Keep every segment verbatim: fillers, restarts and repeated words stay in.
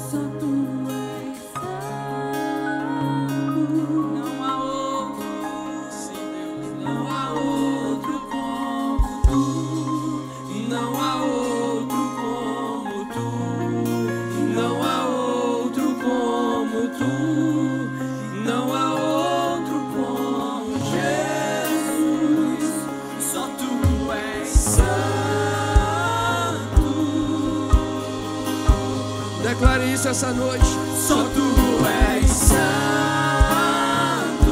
Só tu és santo. Não há outro, sim, Deus, não há outro como tu. E não há outro como tu. E não há outro como tu. Não há outro como Jesus. Só tu és santo. Declare isso essa noite. Só tu és santo.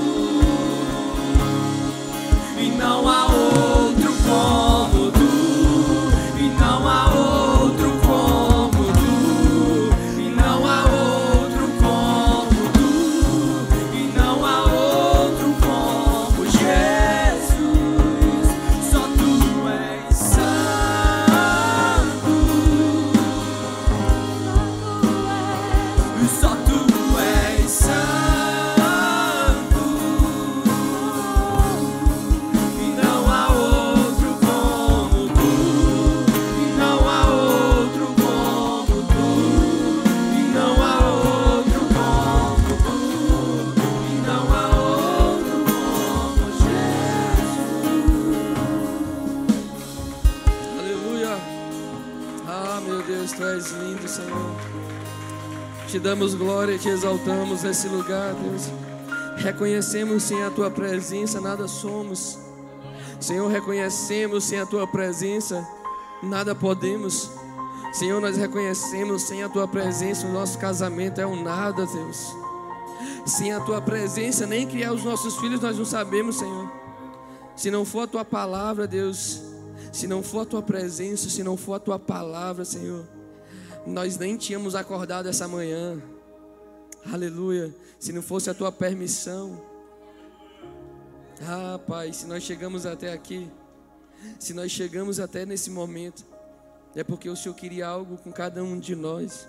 E não há outro como tu. E não há outro como tu. E não há outro como tu. E não há outro como Jesus. Só tu és santo. Só tu és santo. E não há outro como tu. E não há outro como tu. E não há outro como tu. E não há outro como Jesus. Aleluia. Ah, meu Deus, tu és lindo, Senhor. Te damos glória, te exaltamos nesse lugar, Deus. Reconhecemos sem a tua presença nada somos. Senhor, reconhecemos sem a tua presença nada podemos. Senhor, nós reconhecemos sem a tua presença o nosso casamento é um nada, Deus. Sem a tua presença, nem criar os nossos filhos nós não sabemos, Senhor. Se não for a tua palavra, Deus, se não for a tua presença, se não for a tua palavra, Senhor, nós nem tínhamos acordado essa manhã. Aleluia. Se não fosse a tua permissão. Ah, Pai, se nós chegamos até aqui, se nós chegamos até nesse momento, é porque o Senhor queria algo com cada um de nós.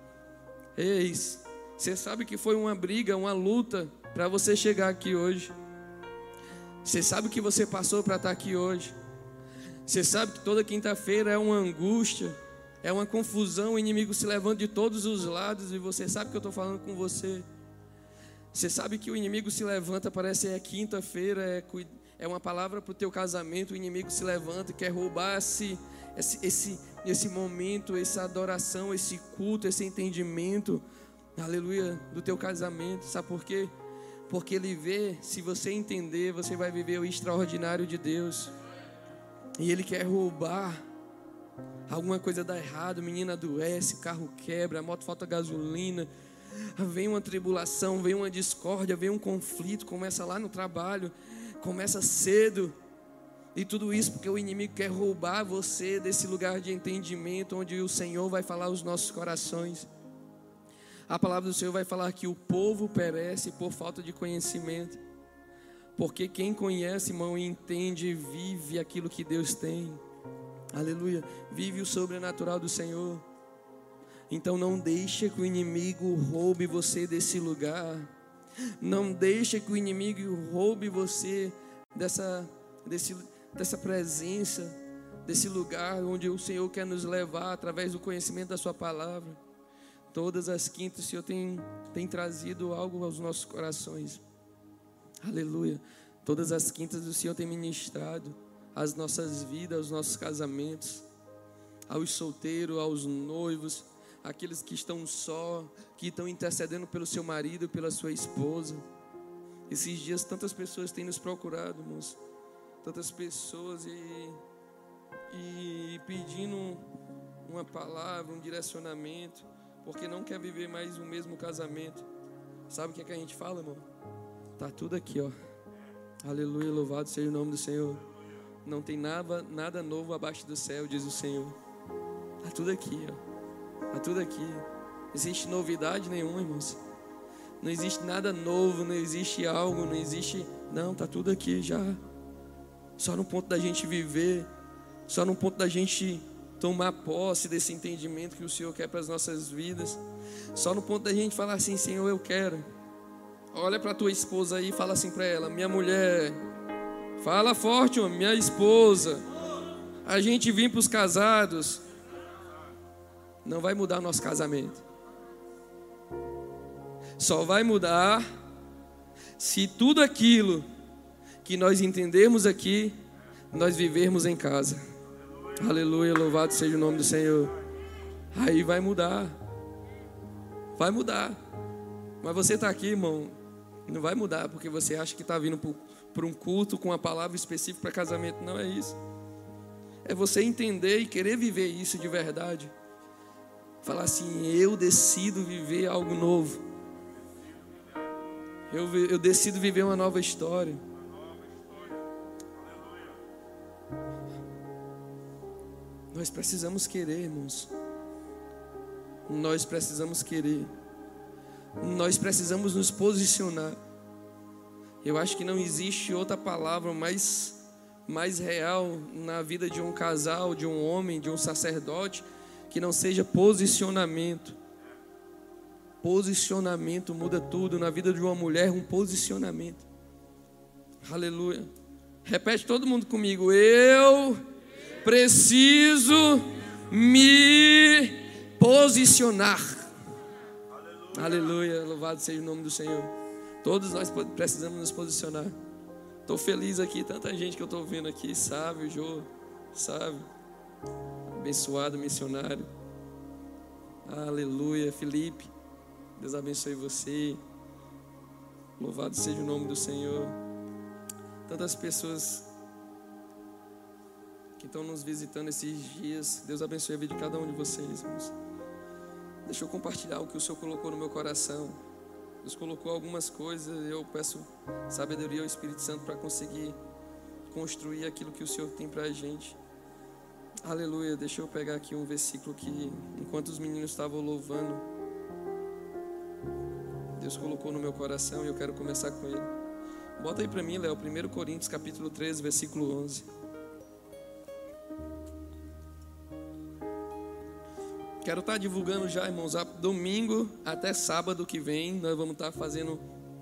Eis, você sabe que foi uma briga, uma luta para você chegar aqui hoje. Você sabe que você passou para estar aqui hoje. Você sabe que toda quinta-feira é uma angústia, é uma confusão, o inimigo se levanta de todos os lados. E você sabe que eu estou falando com você. Você sabe que o inimigo se levanta, parece que é quinta-feira, é, é uma palavra para o teu casamento. O inimigo se levanta e quer roubar esse, esse, esse, esse momento, essa adoração, esse culto, esse entendimento, aleluia, do teu casamento. Sabe por quê? Porque ele vê, se você entender, você vai viver o extraordinário de Deus. E ele quer roubar. Alguma coisa dá errado, menina adoece, carro quebra, a moto falta gasolina, vem uma tribulação, vem uma discórdia, vem um conflito, começa lá no trabalho, começa cedo. E tudo isso porque o inimigo quer roubar você desse lugar de entendimento, onde o Senhor vai falar aos nossos corações. A palavra do Senhor vai falar que o povo perece por falta de conhecimento. Porque quem conhece, irmão, entende e vive aquilo que Deus tem. Aleluia. Vive o sobrenatural do Senhor. Então não deixe que o inimigo roube você desse lugar. Não deixe que o inimigo roube você dessa, desse, dessa presença, desse lugar onde o Senhor quer nos levar através do conhecimento da sua palavra. Todas as quintas o Senhor tem, tem trazido algo aos nossos corações. Aleluia. Todas as quintas o Senhor tem ministrado as nossas vidas, aos nossos casamentos, aos solteiros, aos noivos, aqueles que estão só, que estão intercedendo pelo seu marido, pela sua esposa. Esses dias tantas pessoas têm nos procurado, irmãos, tantas pessoas e, e pedindo uma palavra, um direcionamento, porque não quer viver mais o mesmo casamento. Sabe o que é que a gente fala, irmão? Tá tudo aqui, ó. Aleluia, louvado seja o nome do Senhor. Não tem nada, nada novo abaixo do céu, diz o Senhor. Tá tudo aqui, ó. Tá tudo aqui. Não existe novidade nenhuma, irmãos. Não existe nada novo, não existe algo, não existe... Não, tá tudo aqui já. Só no ponto da gente viver, só no ponto da gente tomar posse desse entendimento que o Senhor quer para as nossas vidas. Só no ponto da gente falar assim, Senhor, eu quero. Olha para tua esposa aí e fala assim para ela, minha mulher, fala forte, homem, minha esposa. A gente vem para os casados, não vai mudar o nosso casamento. só vai mudar se tudo aquilo que nós entendermos aqui, nós vivermos em casa. Aleluia, louvado seja o nome do Senhor. Aí vai mudar. Vai mudar. Mas você está aqui, irmão, não vai mudar porque você acha que está vindo para um culto com uma palavra específica para casamento. Não é isso. É você entender e querer viver isso de verdade. Falar assim, eu decido viver algo novo. Eu, eu decido viver uma nova história. Nós precisamos querer, irmãos. Nós precisamos querer. Nós precisamos nos posicionar. Eu acho que não existe outra palavra mais, mais real na vida de um casal, de um homem, de um sacerdote, que não seja posicionamento. Posicionamento muda tudo. Na vida de uma mulher, um posicionamento. Aleluia. Repete todo mundo comigo. Eu preciso me posicionar. Aleluia. Aleluia. Louvado seja o nome do Senhor. Todos nós precisamos nos posicionar. Estou feliz aqui, tanta gente que eu estou vendo aqui. Sávio, Jô, Sávio, abençoado missionário. Aleluia. Felipe, Deus abençoe você. Louvado seja o nome do Senhor. Tantas pessoas que estão nos visitando esses dias. Deus abençoe a vida de cada um de vocês, irmãos. Deixa eu compartilhar o que o Senhor colocou no meu coração. Deus colocou algumas coisas. Eu peço sabedoria ao Espírito Santo para conseguir construir aquilo que o Senhor tem para a gente. Aleluia. Deixa eu pegar aqui um versículo que, enquanto os meninos estavam louvando, Deus colocou no meu coração e eu quero começar com ele. Bota aí para mim, Léo, primeiro Coríntios capítulo treze, versículo onze. Quero estar divulgando já, irmãos, domingo até sábado que vem, nós vamos estar fazendo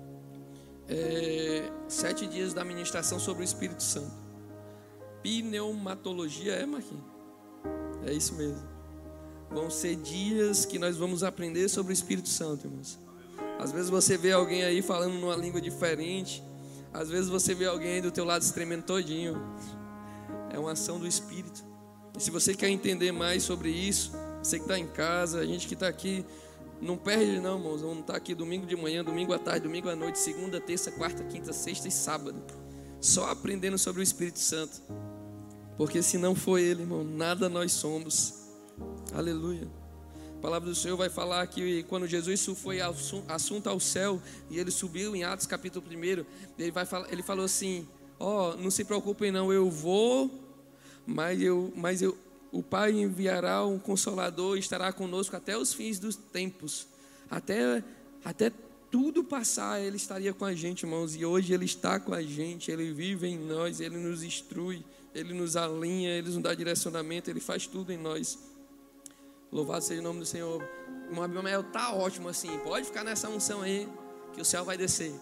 é, sete dias da ministração sobre o Espírito Santo. Pneumatologia, é, Marquinhos? É isso mesmo. Vão ser dias que nós vamos aprender sobre o Espírito Santo, irmãos. Às vezes você vê alguém aí falando numa língua diferente. Às vezes você vê alguém aí do teu lado se tremendo todinho. É uma ação do Espírito. E se você quer entender mais sobre isso, você que está em casa, a gente que está aqui, não perde não, irmãos. Vamos estar aqui domingo de manhã, domingo à tarde, domingo à noite, segunda, terça, quarta, quinta, sexta e sábado. Só aprendendo sobre o Espírito Santo. Porque se não for Ele, irmão, nada nós somos. Aleluia. A palavra do Senhor vai falar que quando Jesus foi assunto ao céu e ele subiu em Atos capítulo um, ele, vai falar, ele falou assim, ó, oh, não se preocupem não, eu vou, mas, eu, mas eu, o Pai enviará um Consolador e estará conosco até os fins dos tempos, até, até tudo passar, Ele estaria com a gente, irmãos, e hoje Ele está com a gente, Ele vive em nós, Ele nos instrui, Ele nos alinha, Ele nos dá direcionamento, Ele faz tudo em nós. Louvado seja o nome do Senhor. O Abimael está ótimo assim. Pode ficar nessa unção aí, que o céu vai descer.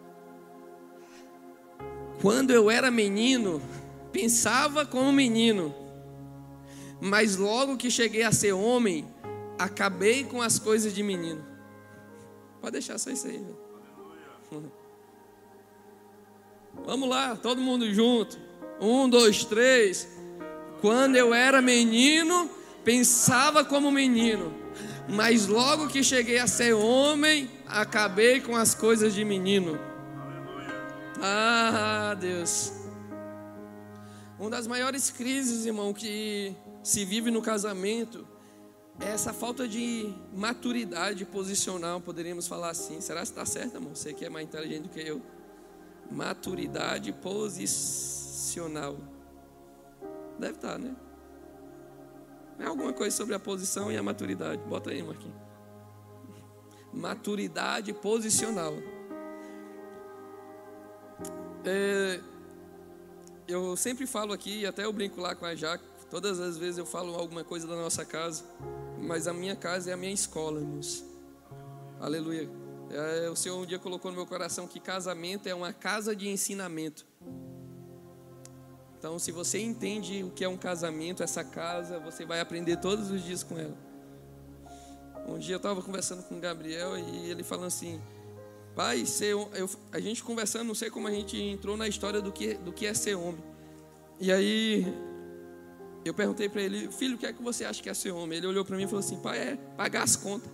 Quando eu era menino, pensava como menino. Mas logo que cheguei a ser homem, acabei com as coisas de menino. Pode deixar só isso aí. Vamos lá, todo mundo junto. Um, dois, três. Quando eu era menino, pensava como menino, mas logo que cheguei a ser homem, acabei com as coisas de menino. Ah, Deus. Uma das maiores crises, irmão, que se vive no casamento é essa falta de maturidade posicional, poderíamos falar assim. Será que está certo, irmão? Você que é mais inteligente do que eu. Maturidade posicional. Deve estar, né? É alguma coisa sobre a posição e a maturidade. Bota aí, Marquinhos. Maturidade posicional. É, eu sempre falo aqui, até eu brinco lá com a Jaque. Todas as vezes eu falo alguma coisa da nossa casa. Mas a minha casa é a minha escola, irmãos. Aleluia. É, o Senhor um dia colocou no meu coração que casamento é uma casa de ensinamento. Então, se você entende o que é um casamento, essa casa, você vai aprender todos os dias com ela. Um dia eu estava conversando com o Gabriel e ele falando assim: pai, ser, eu, a gente conversando, não sei como a gente entrou na história do que, do que é ser homem. E aí eu perguntei para ele: filho, o que é que você acha que é ser homem? Ele olhou para mim e falou assim: pai, é pagar as contas.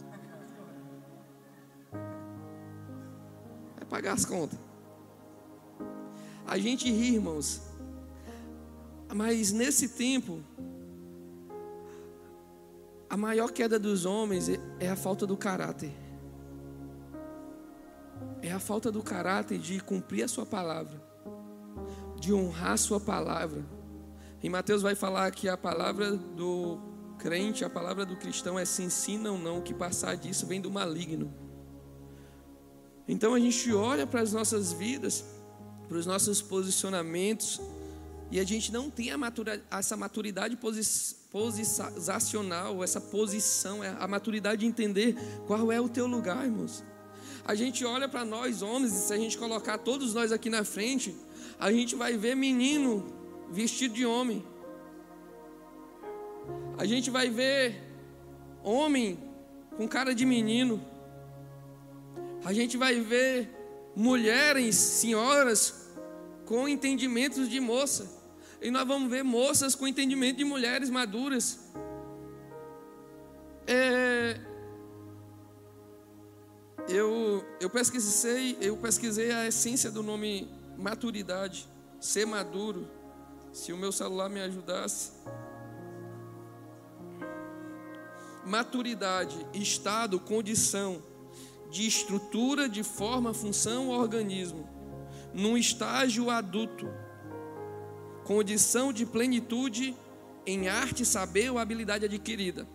É pagar as contas. A gente ri, irmãos, mas nesse tempo a maior queda dos homens é a falta do caráter. É a falta do caráter de cumprir a sua palavra, de honrar a sua palavra. Em Mateus vai falar que a palavra do crente, a palavra do cristão é sim, sim, não, não, que passar disso vem do maligno. Então a gente olha para as nossas vidas, para os nossos posicionamentos, e a gente não tem a matura, essa maturidade posi, posicional, essa posição, a maturidade de entender qual é o teu lugar, irmãos. A gente olha para nós homens, e se a gente colocar todos nós aqui na frente, a gente vai ver menino vestido de homem. A gente vai ver homem com cara de menino. A gente vai ver mulheres, senhoras com entendimentos de moça. E nós vamos ver moças com entendimento de mulheres maduras. É... Eu, eu, pesquisei, eu pesquisei a essência do nome maturidade, ser maduro. Se o meu celular me ajudasse. Maturidade, estado, condição de estrutura, de forma, função, organismo, num estágio adulto, condição de plenitude em arte, saber ou habilidade adquirida.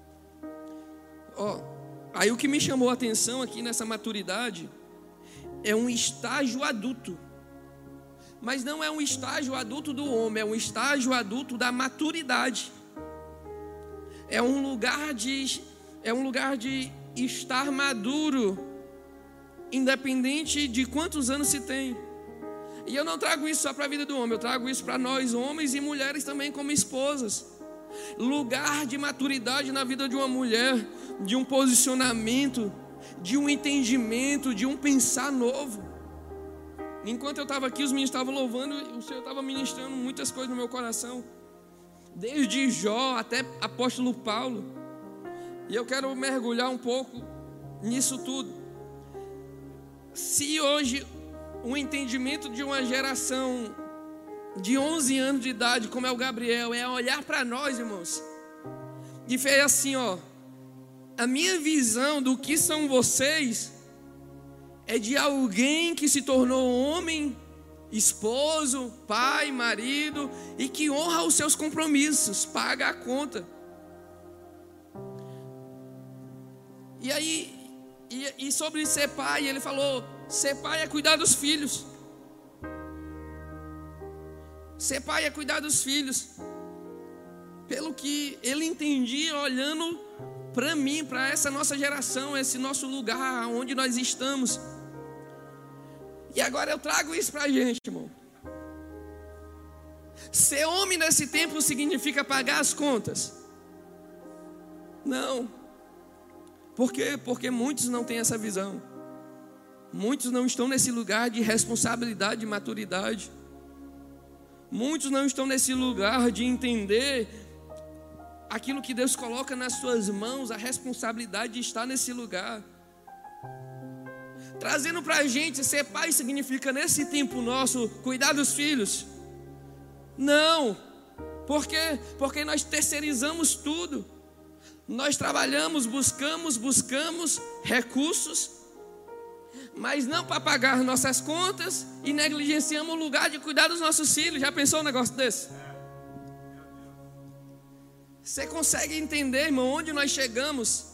Ó, aí o que me chamou a atenção aqui nessa maturidade é um estágio adulto. Mas não é um estágio adulto do homem, é um estágio adulto da maturidade. É um lugar de, é um lugar de estar maduro, independente de quantos anos se tem. E eu não trago isso só para a vida do homem, eu trago isso para nós homens e mulheres também como esposas. Lugar de maturidade na vida de uma mulher, de um posicionamento, de um entendimento, de um pensar novo. Enquanto eu estava aqui, os meninos estavam louvando e o Senhor estava ministrando muitas coisas no meu coração. Desde Jó até apóstolo Paulo. E eu quero mergulhar um pouco nisso tudo. Se hoje o entendimento de uma geração de onze anos de idade, como é o Gabriel, é olhar para nós, irmãos, e ver assim, ó, a minha visão do que são vocês é de alguém que se tornou homem, esposo, pai, marido, e que honra os seus compromissos, paga a conta. E aí, e, e sobre ser pai, ele falou, ser pai é cuidar dos filhos. Ser pai é cuidar dos filhos. Pelo que ele entendia olhando para mim, para essa nossa geração, esse nosso lugar onde nós estamos. E agora eu trago isso para a gente, irmão. Ser homem nesse tempo significa pagar as contas? Não. Por quê? Porque muitos não têm essa visão. Muitos não estão nesse lugar de responsabilidade, de maturidade. Muitos não estão nesse lugar de entender aquilo que Deus coloca nas suas mãos, a responsabilidade de estar nesse lugar. Trazendo para a gente, ser pai significa nesse tempo nosso, cuidar dos filhos. Não. Por quê? Porque nós terceirizamos tudo. Nós trabalhamos, buscamos, buscamos recursos, mas não para pagar nossas contas e negligenciamos o lugar de cuidar dos nossos filhos. Já pensou um negócio desse? Você consegue entender, irmão, onde nós chegamos?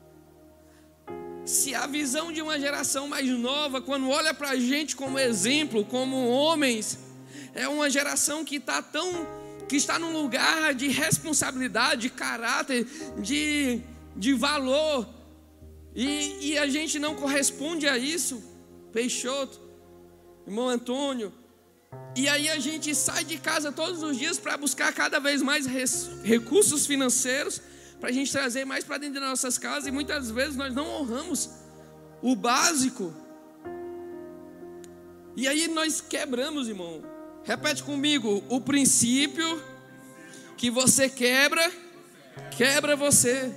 Se a visão de uma geração mais nova, quando olha para a gente como exemplo, como homens, é uma geração que está tão, que está num lugar de responsabilidade, de caráter, de, de valor, e, e a gente não corresponde a isso. Peixoto, irmão Antônio, e aí a gente sai de casa todos os dias para buscar cada vez mais res, recursos financeiros, para a gente trazer mais para dentro das nossas casas, e muitas vezes nós não honramos o básico. E aí nós quebramos, irmão. Repete comigo: o princípio que você quebra, quebra você.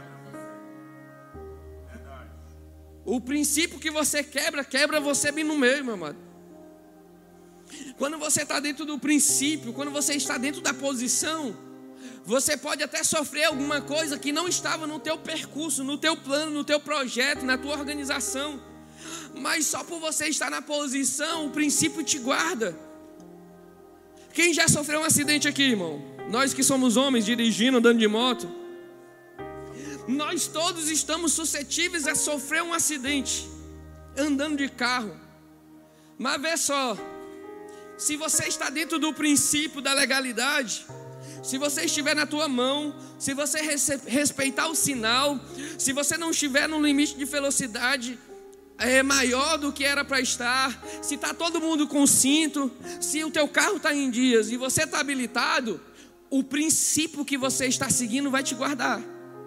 O princípio que você quebra, quebra você bem no meio, meu amado. Quando você está dentro do princípio, quando você está dentro da posição, você pode até sofrer alguma coisa que não estava no teu percurso, no teu plano, no teu projeto, na tua organização. Mas só por você estar na posição, o princípio te guarda. Quem já sofreu um acidente aqui, irmão? Nós que somos homens, dirigindo, andando de moto, nós todos estamos suscetíveis a sofrer um acidente, andando de carro. Mas vê só, se você está dentro do princípio da legalidade, se você estiver na tua mão, se você respeitar o sinal, se você não estiver no limite de velocidade é maior do que era para estar, se está todo mundo com cinto, se o teu carro está em dias e você está habilitado, o princípio que você está seguindo vai te guardar.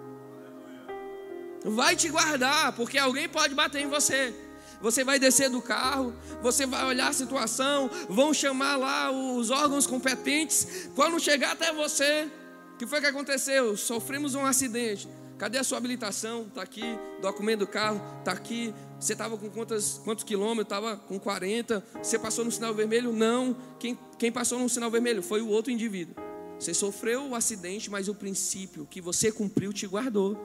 Vai te guardar, porque alguém pode bater em você. Você vai descer do carro, você vai olhar a situação, vão chamar lá os órgãos competentes. Quando chegar até você, o que foi que aconteceu? Sofremos um acidente. Cadê a sua habilitação? Está aqui. Documento do carro está aqui. Você estava com quantos, quantos quilômetros? Estava com quarenta. Você passou no sinal vermelho? Não. Quem, quem passou no sinal vermelho foi o outro indivíduo. Você sofreu o acidente, mas o princípio que você cumpriu te guardou.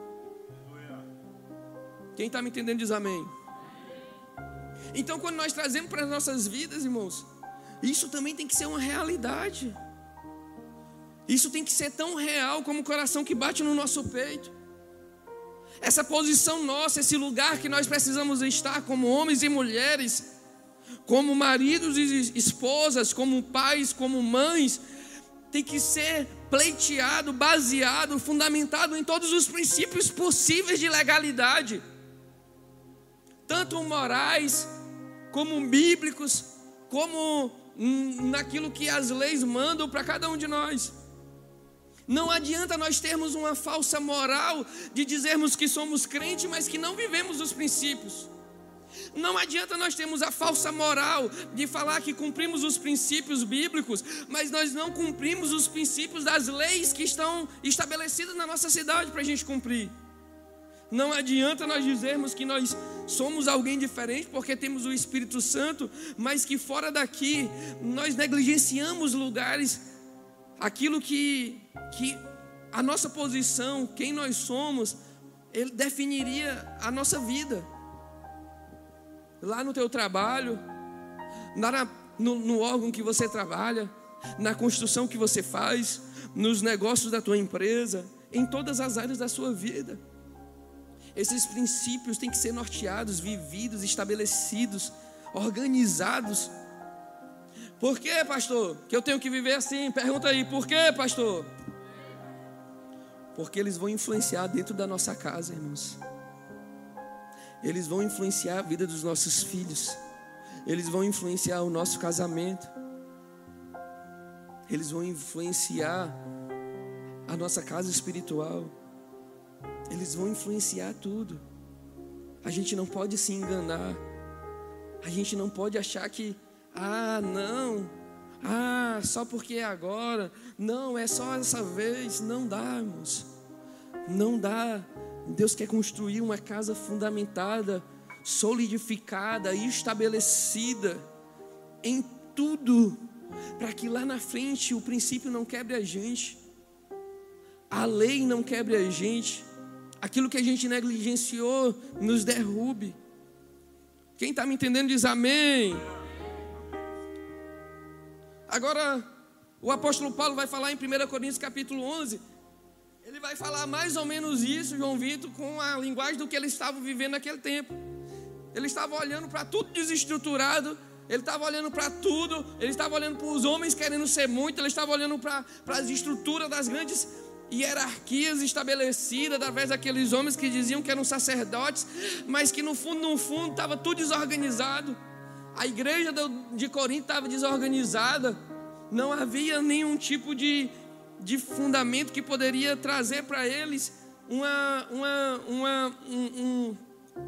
Quem está me entendendo diz amém. Então, quando nós trazemos para as nossas vidas, irmãos, isso também tem que ser uma realidade. Isso tem que ser tão real como o coração que bate no nosso peito. Essa posição nossa, esse lugar que nós precisamos estar como homens e mulheres, como maridos e esposas, como pais, como mães, tem que ser pleiteado, baseado, fundamentado em todos os princípios possíveis de legalidade, tanto morais, como bíblicos, como naquilo que as leis mandam para cada um de nós. Não adianta nós termos uma falsa moral de dizermos que somos crentes, mas que não vivemos os princípios. Não adianta nós termos a falsa moral de falar que cumprimos os princípios bíblicos, mas nós não cumprimos os princípios das leis que estão estabelecidas na nossa cidade para a gente cumprir. Não adianta nós dizermos que nós somos alguém diferente porque temos o Espírito Santo, mas que fora daqui nós negligenciamos lugares, aquilo que, que a nossa posição, quem nós somos, ele definiria a nossa vida. Lá no teu trabalho, na, no, no órgão que você trabalha, na construção que você faz, nos negócios da tua empresa, em todas as áreas da sua vida. Esses princípios têm que ser norteados, vividos, estabelecidos, organizados. Por que, pastor, que eu tenho que viver assim? Pergunta aí, por que, pastor? Porque eles vão influenciar dentro da nossa casa, irmãos. Eles vão influenciar a vida dos nossos filhos. Eles vão influenciar o nosso casamento. Eles vão influenciar a nossa casa espiritual. Eles vão influenciar tudo. A gente não pode se enganar. A gente não pode achar que, ah, não, ah, só porque é agora, não, é só essa vez. Não dá, irmãos. Não dá. Deus quer construir uma casa fundamentada, solidificada e estabelecida em tudo, para que lá na frente o princípio não quebre a gente, a lei não quebre a gente, aquilo que a gente negligenciou nos derrube. Quem está me entendendo diz amém. Agora o apóstolo Paulo vai falar em primeira Coríntios capítulo onze. Ele vai falar mais ou menos isso, João Vitor, com a linguagem do que ele estava vivendo naquele tempo. Ele estava olhando para tudo desestruturado, ele estava olhando para tudo, ele estava olhando para os homens querendo ser muito, ele estava olhando para, para as estruturas das grandes hierarquias estabelecidas através daqueles homens que diziam que eram sacerdotes, mas que no fundo, no fundo, estava tudo desorganizado. A igreja de Corinto estava desorganizada, não havia nenhum tipo de, de fundamento que poderia trazer para eles uma, uma, uma, um, um,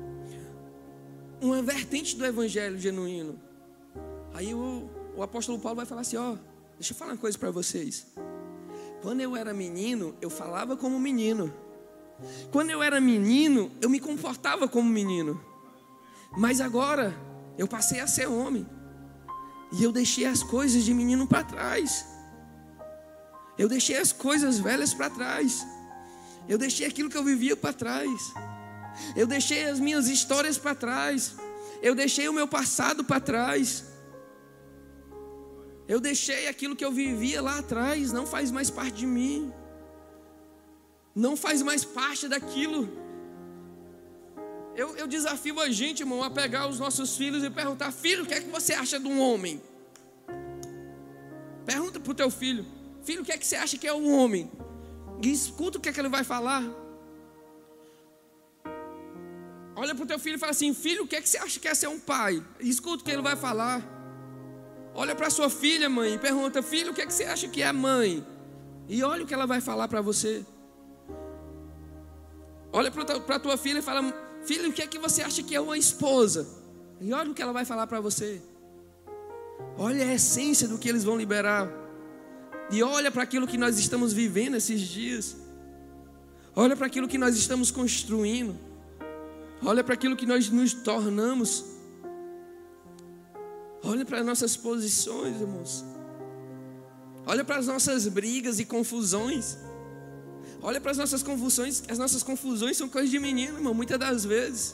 uma vertente do evangelho genuíno. Aí o, o apóstolo Paulo vai falar assim, ó, deixa eu falar uma coisa para vocês. Quando eu era menino, eu falava como menino. Quando eu era menino, eu me comportava como menino. Mas agora, eu passei a ser homem. E eu deixei as coisas de menino para trás. Eu deixei as coisas velhas para trás. Eu deixei aquilo que eu vivia para trás. Eu deixei as minhas histórias para trás. Eu deixei o meu passado para trás. Eu deixei aquilo que eu vivia lá atrás. Não faz mais parte de mim. Não faz mais parte daquilo. Eu, eu desafio a gente, irmão, a pegar os nossos filhos e perguntar: filho, o que é que você acha de um homem? Pergunta para o teu filho: filho, o que é que você acha que é um homem? E escuta o que é que ele vai falar. Olha para o teu filho e fala assim: filho, o que é que você acha que é ser um pai? E escuta o que ele vai falar. Olha para sua filha, mãe, e pergunta: filho, o que é que você acha que é mãe? E olha o que ela vai falar para você. Olha para a tua filha e fala: filho, o que é que você acha que é uma esposa? E olha o que ela vai falar para você. Olha a essência do que eles vão liberar. E olha para aquilo que nós estamos vivendo esses dias. Olha para aquilo que nós estamos construindo. Olha para aquilo que nós nos tornamos. Olha para as nossas posições, irmãos. Olha para as nossas brigas e confusões. Olha para as nossas confusões. As nossas confusões são coisas de menino, irmão. Muitas das vezes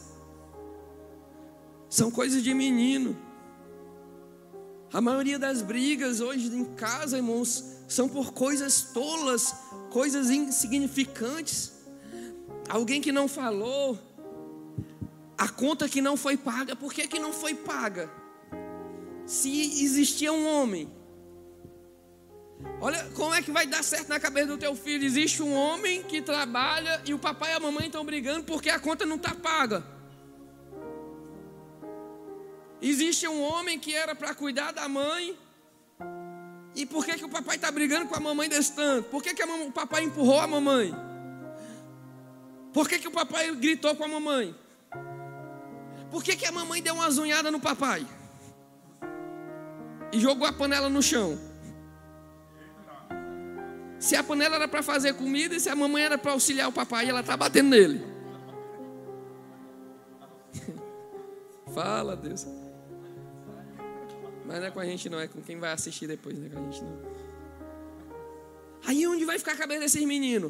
são coisas de menino. A maioria das brigas hoje em casa, irmãos, são por coisas tolas, coisas insignificantes. Alguém que não falou, a conta que não foi paga. Por que que não foi paga? Se existia um homem. Olha como é que vai dar certo na cabeça do teu filho. Existe um homem que trabalha e o papai e a mamãe estão brigando porque a conta não está paga. Existe um homem que era para cuidar da mãe. E por que que o papai está brigando com a mamãe desse tanto? Por que que a mamãe, o papai empurrou a mamãe? Por que que o papai gritou com a mamãe? Por que que a mamãe deu uma zunhada no papai? E jogou a panela no chão? Se a panela era para fazer comida e se a mamãe era para auxiliar o papai, ela está batendo nele. Fala, Deus. Mas não é com a gente não, é com quem vai assistir depois, não é com a gente não. Aí onde vai ficar a cabeça desses meninos?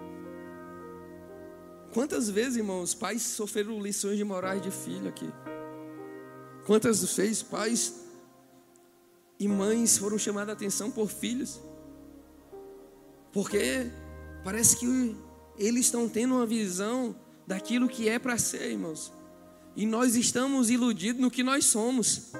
Quantas vezes, irmãos, pais sofreram lições de morais de filho aqui? Quantas vezes pais e mães foram chamados a atenção por filhos? Porque parece que eles estão tendo uma visão daquilo que é para ser, irmãos. E nós estamos iludidos no que nós somos.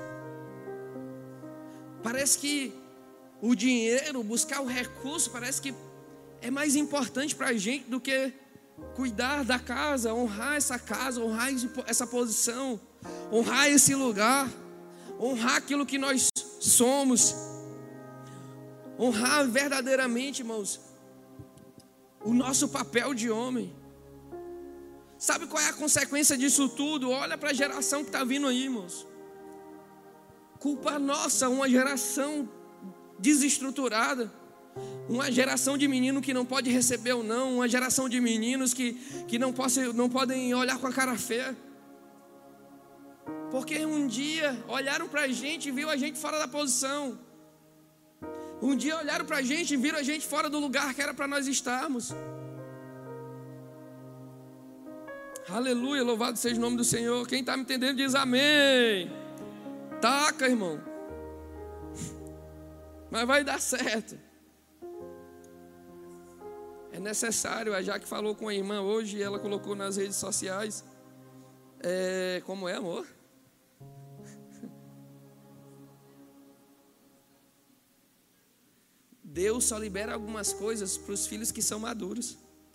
Parece que o dinheiro, buscar o recurso, parece que é mais importante para a gente do que cuidar da casa, honrar essa casa, honrar essa posição, honrar esse lugar, honrar aquilo que nós somos. Honrar verdadeiramente, irmãos, o nosso papel de homem. Sabe qual é a consequência disso tudo? Olha para a geração que está vindo aí, irmãos. Culpa nossa, uma geração desestruturada. Uma geração de meninos que não pode receber ou não. Uma geração de meninos que, que não, posse, não podem olhar com a cara feia. Porque um dia olharam para a gente e viram a gente fora da posição. Um dia olharam para a gente e viram a gente fora do lugar que era para nós estarmos. Aleluia, louvado seja o nome do Senhor. Quem está me entendendo diz amém. Taca, irmão. Mas vai dar certo. É necessário, a Jaque falou com a irmã hoje e ela colocou nas redes sociais. É, como é, amor? Deus só libera algumas coisas para os filhos que são maduros.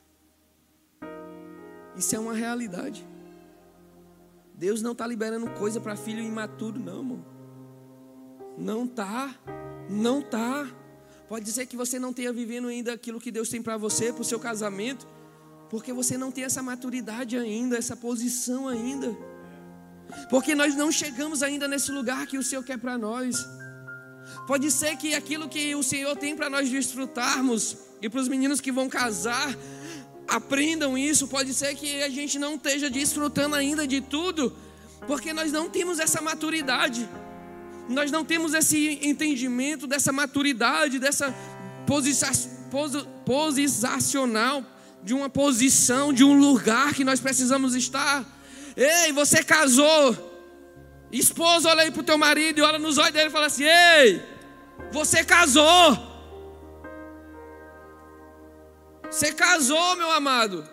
Isso é uma realidade. Deus não está liberando coisa para filho imaturo, não, irmão. Não está. Não está. Pode dizer que você não tenha vivendo ainda aquilo que Deus tem para você, para o seu casamento. Porque você não tem essa maturidade ainda, essa posição ainda. Porque nós não chegamos ainda nesse lugar que o Senhor quer para nós. Pode ser que aquilo que o Senhor tem para nós desfrutarmos, e para os meninos que vão casar, aprendam isso. Pode ser que a gente não esteja desfrutando ainda de tudo, porque nós não temos essa maturidade. Nós não temos esse entendimento dessa maturidade, dessa posição, posicional, de uma posição, de um lugar que nós precisamos estar. Ei, você casou. Esposa, olha aí para o teu marido e olha nos olhos dele e fala assim: ei, você casou. Você casou, meu amado.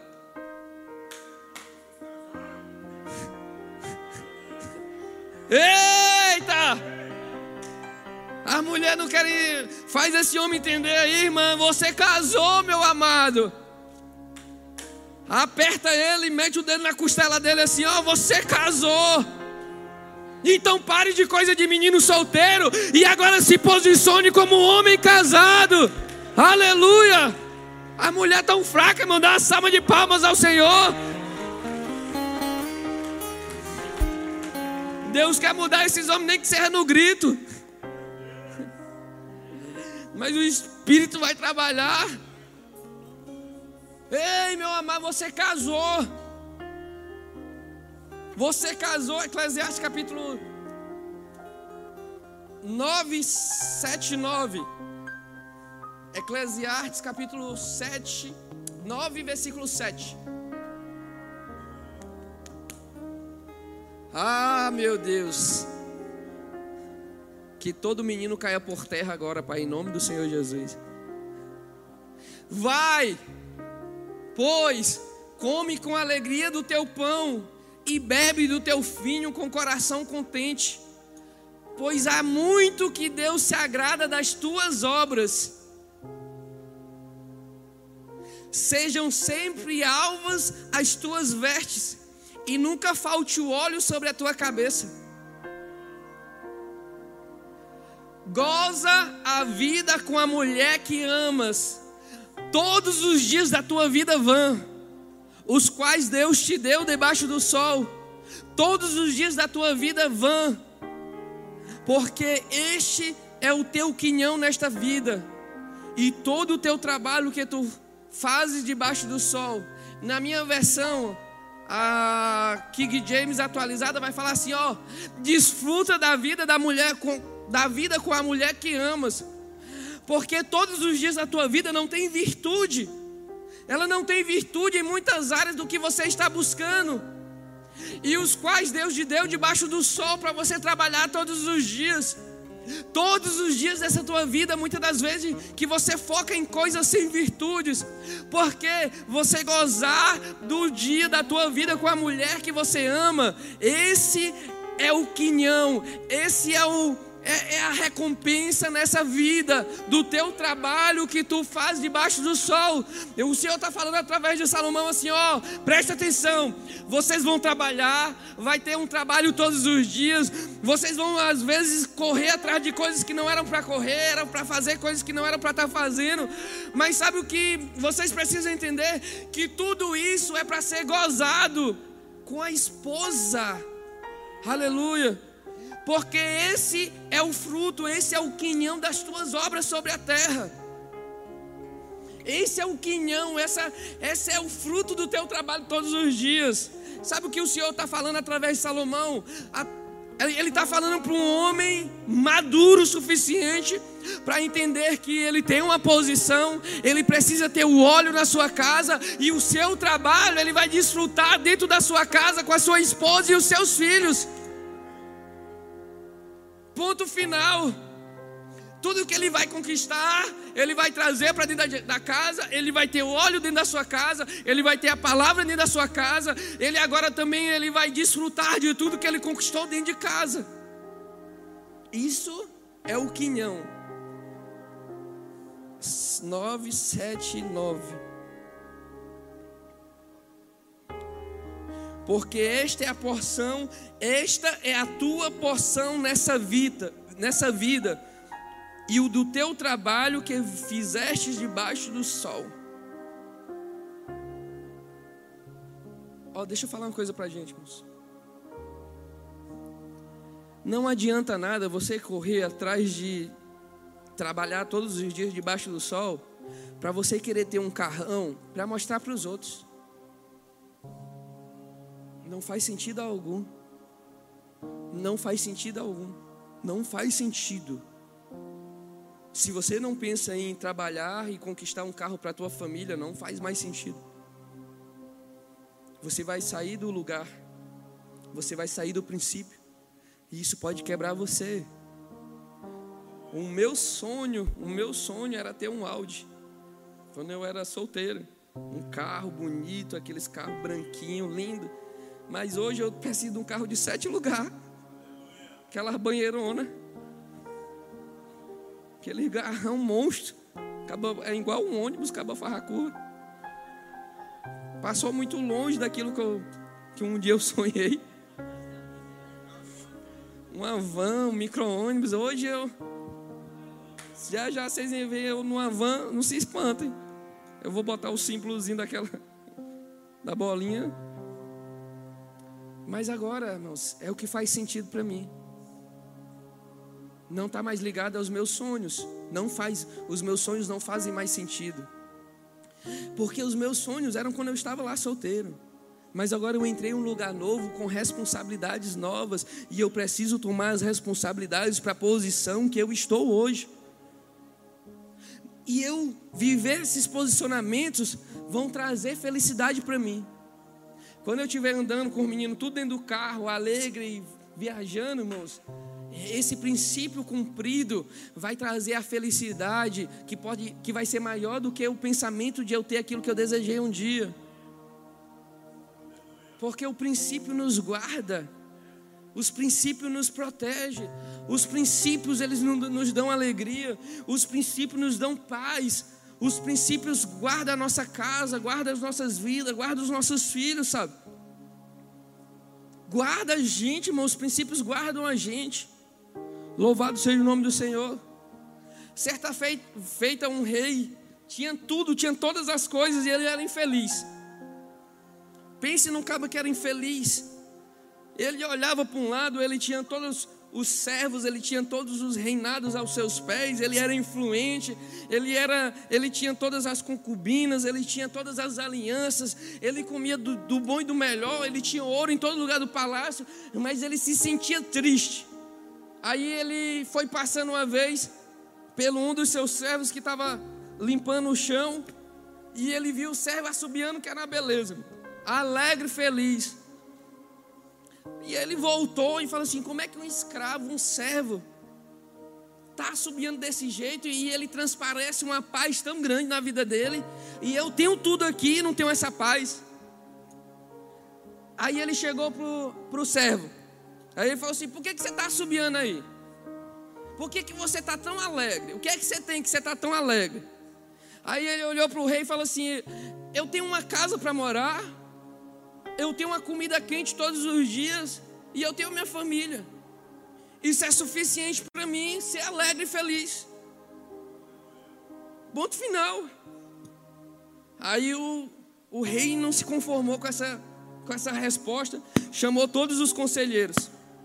Eita! A mulher não quer ir. Faz esse homem entender aí, irmã. Você casou, meu amado. Aperta ele e mete o dedo na costela dele assim: ó, você casou. Então pare de coisa de menino solteiro e agora se posicione como um homem casado. Aleluia. A mulher tão fraca, irmão, dá uma salva de palmas ao Senhor. Deus quer mudar esses homens, nem que seja no grito. Mas o Espírito vai trabalhar. Ei, meu amado, você casou. Você casou. Eclesiastes capítulo nove, sete, nove. Eclesiastes capítulo sete, nove, versículo sete. Ah, meu Deus. Que todo menino caia por terra agora, Pai, em nome do Senhor Jesus. Vai, pois, come com alegria do teu pão e bebe do teu vinho com coração contente, pois há muito que Deus se agrada das tuas obras. Sejam sempre alvas as tuas vestes, e nunca falte o óleo sobre a tua cabeça. Goza a vida com a mulher que amas, todos os dias da tua vida vã, os quais Deus te deu debaixo do sol, todos os dias da tua vida vã, porque este é o teu quinhão nesta vida, e todo o teu trabalho que tu fazes debaixo do sol. Na minha versão, a King James atualizada vai falar assim, ó: desfruta da vida da mulher com, da vida com a mulher que amas, porque todos os dias da tua vida não tem virtude. Ela não tem virtude em muitas áreas do que você está buscando, e os quais Deus te deu debaixo do sol para você trabalhar todos os dias. Todos os dias dessa tua vida, muitas das vezes que você foca em coisas sem virtudes, porque você gozar do dia da tua vida com a mulher que você ama, esse é o quinhão, esse é o É, é a recompensa nessa vida do teu trabalho que tu faz debaixo do sol. O Senhor está falando através de Salomão assim, ó: presta atenção, vocês vão trabalhar, vai ter um trabalho todos os dias, vocês vão às vezes correr atrás de coisas que não eram para correr, eram para fazer coisas que não eram para estar fazendo, mas sabe o que vocês precisam entender? Que tudo isso é para ser gozado com a esposa. Aleluia. Porque esse é o fruto, esse é o quinhão das tuas obras sobre a terra. Esse é o quinhão, essa, esse é o fruto do teu trabalho todos os dias. Sabe o que o Senhor está falando através de Salomão? A, ele está falando para um homem maduro o suficiente para entender que ele tem uma posição, ele precisa ter o óleo na sua casa, e o seu trabalho ele vai desfrutar dentro da sua casa com a sua esposa e os seus filhos. Ponto final. Tudo que ele vai conquistar, ele vai trazer para dentro da, da casa. Ele vai ter o óleo dentro da sua casa, ele vai ter a palavra dentro da sua casa. Ele agora também ele vai desfrutar de tudo que ele conquistou dentro de casa. Isso é o quinhão. Nove, sete, nove. Porque esta é a porção, esta é a tua porção nessa vida, nessa vida, e o do teu trabalho que fizeste debaixo do sol. Ó, deixa eu falar uma coisa pra gente, moço. Não adianta nada você correr atrás de trabalhar todos os dias debaixo do sol para você querer ter um carrão para mostrar para os outros. Não faz sentido algum. Não faz sentido algum. Não faz sentido. Se você não pensa em trabalhar e conquistar um carro para a tua família, não faz mais sentido. Você vai sair do lugar. Você vai sair do princípio. E isso pode quebrar você. O meu sonho, o meu sonho era ter um Audi. Quando eu era solteiro. Um carro bonito, aqueles carros branquinhos, lindo. Mas hoje eu preciso de um carro de sete lugares. Aquela banheirona. Aquele garrão monstro. É igual um ônibus, acaba farracua. Passou muito longe daquilo que, eu, que um dia eu sonhei. Uma van, um micro-ônibus. Hoje eu... Já já vocês vão ver eu numa van, não se espantem. Eu vou botar o símbolozinho daquela... Da bolinha. Mas agora, irmãos, é o que faz sentido para mim. Não está mais ligado aos meus sonhos. Não faz, os meus sonhos não fazem mais sentido. Porque os meus sonhos eram quando eu estava lá solteiro. Mas agora eu entrei em um lugar novo, com responsabilidades novas. E eu preciso tomar as responsabilidades para a posição que eu estou hoje. E eu viver esses posicionamentos vão trazer felicidade para mim. Quando eu estiver andando com o menino tudo dentro do carro, alegre e viajando, irmãos, esse princípio cumprido vai trazer a felicidade que, pode, que vai ser maior do que o pensamento de eu ter aquilo que eu desejei um dia. Porque o princípio nos guarda, os princípios nos protegem, os princípios eles nos dão alegria, os princípios nos dão paz, os princípios guardam a nossa casa, guardam as nossas vidas, guardam os nossos filhos, sabe? Guarda a gente, irmão, os princípios guardam a gente. Louvado seja o nome do Senhor. Certa feita um rei, tinha tudo, tinha todas as coisas e ele era infeliz. Pense num cara que era infeliz. Ele olhava para um lado, ele tinha todos os servos, ele tinha todos os reinados aos seus pés, ele era influente, ele, era, ele tinha todas as concubinas, ele tinha todas as alianças, ele comia do, do bom e do melhor, ele tinha ouro em todo lugar do palácio, mas ele se sentia triste. Aí ele foi passando uma vez pelo um dos seus servos que estava limpando o chão, e ele viu o servo assobiando, que era uma beleza, alegre, feliz. E ele voltou e falou assim: como é que um escravo, um servo, está assobiando desse jeito e ele transparece uma paz tão grande na vida dele, e eu tenho tudo aqui e não tenho essa paz? Aí ele chegou para o servo. Aí ele falou assim: por que, que você está assobiando aí? Por que, que você está tão alegre? O que é que você tem que você está tão alegre? Aí ele olhou para o rei e falou assim: eu tenho uma casa para morar, eu tenho uma comida quente todos os dias e eu tenho minha família. Isso é suficiente para mim ser alegre e feliz. Ponto final. Aí o, o rei não se conformou com essa, com essa resposta, chamou todos os conselheiros.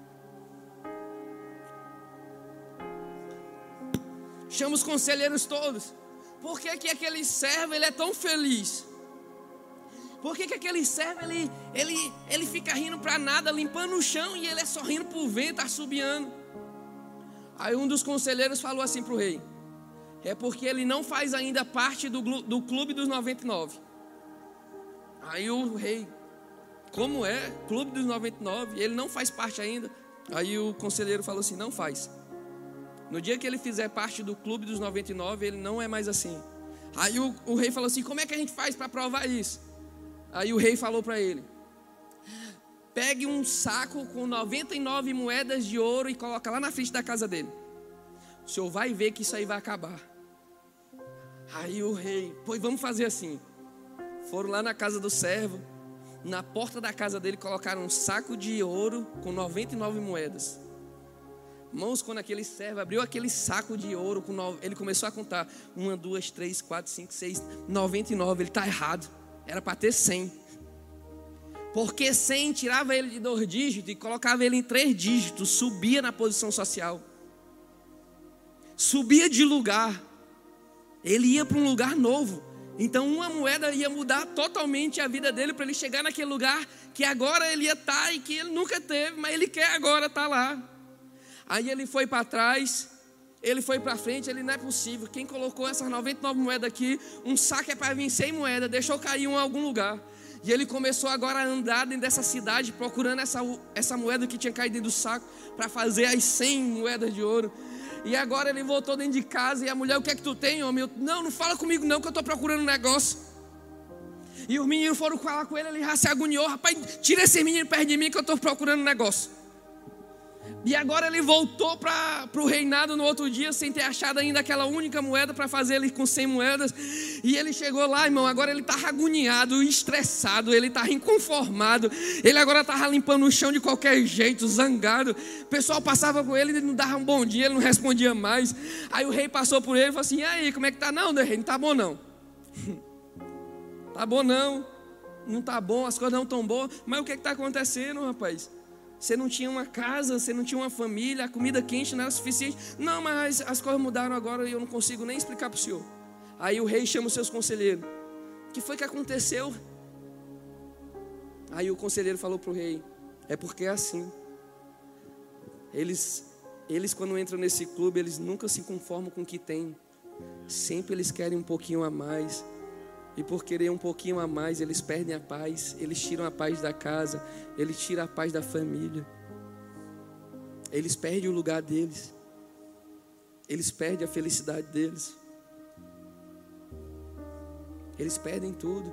Chama os conselheiros todos. Por que que aquele servo ele é tão feliz? Por que que aquele servo ele, ele, ele fica rindo para nada, limpando o chão, e ele é só rindo para o vento, assobiando? Aí um dos conselheiros falou assim para o rei: é porque ele não faz ainda parte do, do clube dos noventa e nove. Aí o rei: como é? Clube dos noventa e nove? Ele não faz parte ainda? Aí o conselheiro falou assim: não faz. No dia que ele fizer parte do clube dos noventa e nove, ele não é mais assim. Aí o, o rei falou assim: como é que a gente faz para provar isso? Aí o rei falou para ele: pegue um saco com noventa e nove moedas de ouro e coloca lá na frente da casa dele. O senhor vai ver que isso aí vai acabar. Aí o rei: pois vamos fazer assim. Foram lá na casa do servo, na porta da casa dele colocaram um saco de ouro com noventa e nove moedas. Irmãos, quando aquele servo abriu aquele saco de ouro, com no... ele começou a contar: uma, duas, três, quatro, cinco, seis, noventa e nove. Ele está errado, era para ter cem. Porque cem tirava ele de dois dígitos e colocava ele em três dígitos, subia na posição social. Subia de lugar. Ele ia para um lugar novo. Então uma moeda ia mudar totalmente a vida dele para ele chegar naquele lugar que agora ele ia estar e que ele nunca teve, mas ele quer agora estar lá. Aí ele foi para trás, ele foi para frente, ele não é possível. Quem colocou essas noventa e nove moedas aqui, um saco é para vir cem moedas, deixou cair em algum lugar. E ele começou agora a andar dentro dessa cidade procurando essa, essa moeda que tinha caído dentro do saco para fazer as cem moedas de ouro. E agora ele voltou dentro de casa e a mulher, o que é que tu tem, homem? Eu, não, não fala comigo não, que eu estou procurando um negócio. E os meninos foram falar com ele, ele já se agoniou. Rapaz, tira esse menino perto de mim que eu estou procurando um negócio. E agora ele voltou para o reinado no outro dia, sem ter achado ainda aquela única moeda para fazer ele com cem moedas. E ele chegou lá, irmão, agora ele estava agoniado, estressado, ele estava inconformado. Ele agora estava limpando o chão de qualquer jeito, zangado. O pessoal passava com ele, ele não dava um bom dia, ele não respondia mais. Aí o rei passou por ele e falou assim: e aí, como é que tá? Não, rei, não tá bom não. Tá bom não, não tá bom, as coisas não estão boas. Mas o que está acontecendo, rapaz? Você não tinha uma casa, você não tinha uma família, a comida quente não era suficiente. Não, mas as coisas mudaram agora e eu não consigo nem explicar para o senhor. Aí o rei chama os seus conselheiros. O que foi que aconteceu? Aí o conselheiro falou para o rei: é porque é assim. Eles, eles quando entram nesse clube, eles nunca se conformam com o que tem. Sempre eles querem um pouquinho a mais. E por querer um pouquinho a mais, eles perdem a paz. Eles tiram a paz da casa. Eles tiram a paz da família. Eles perdem o lugar deles. Eles perdem a felicidade deles. Eles perdem tudo.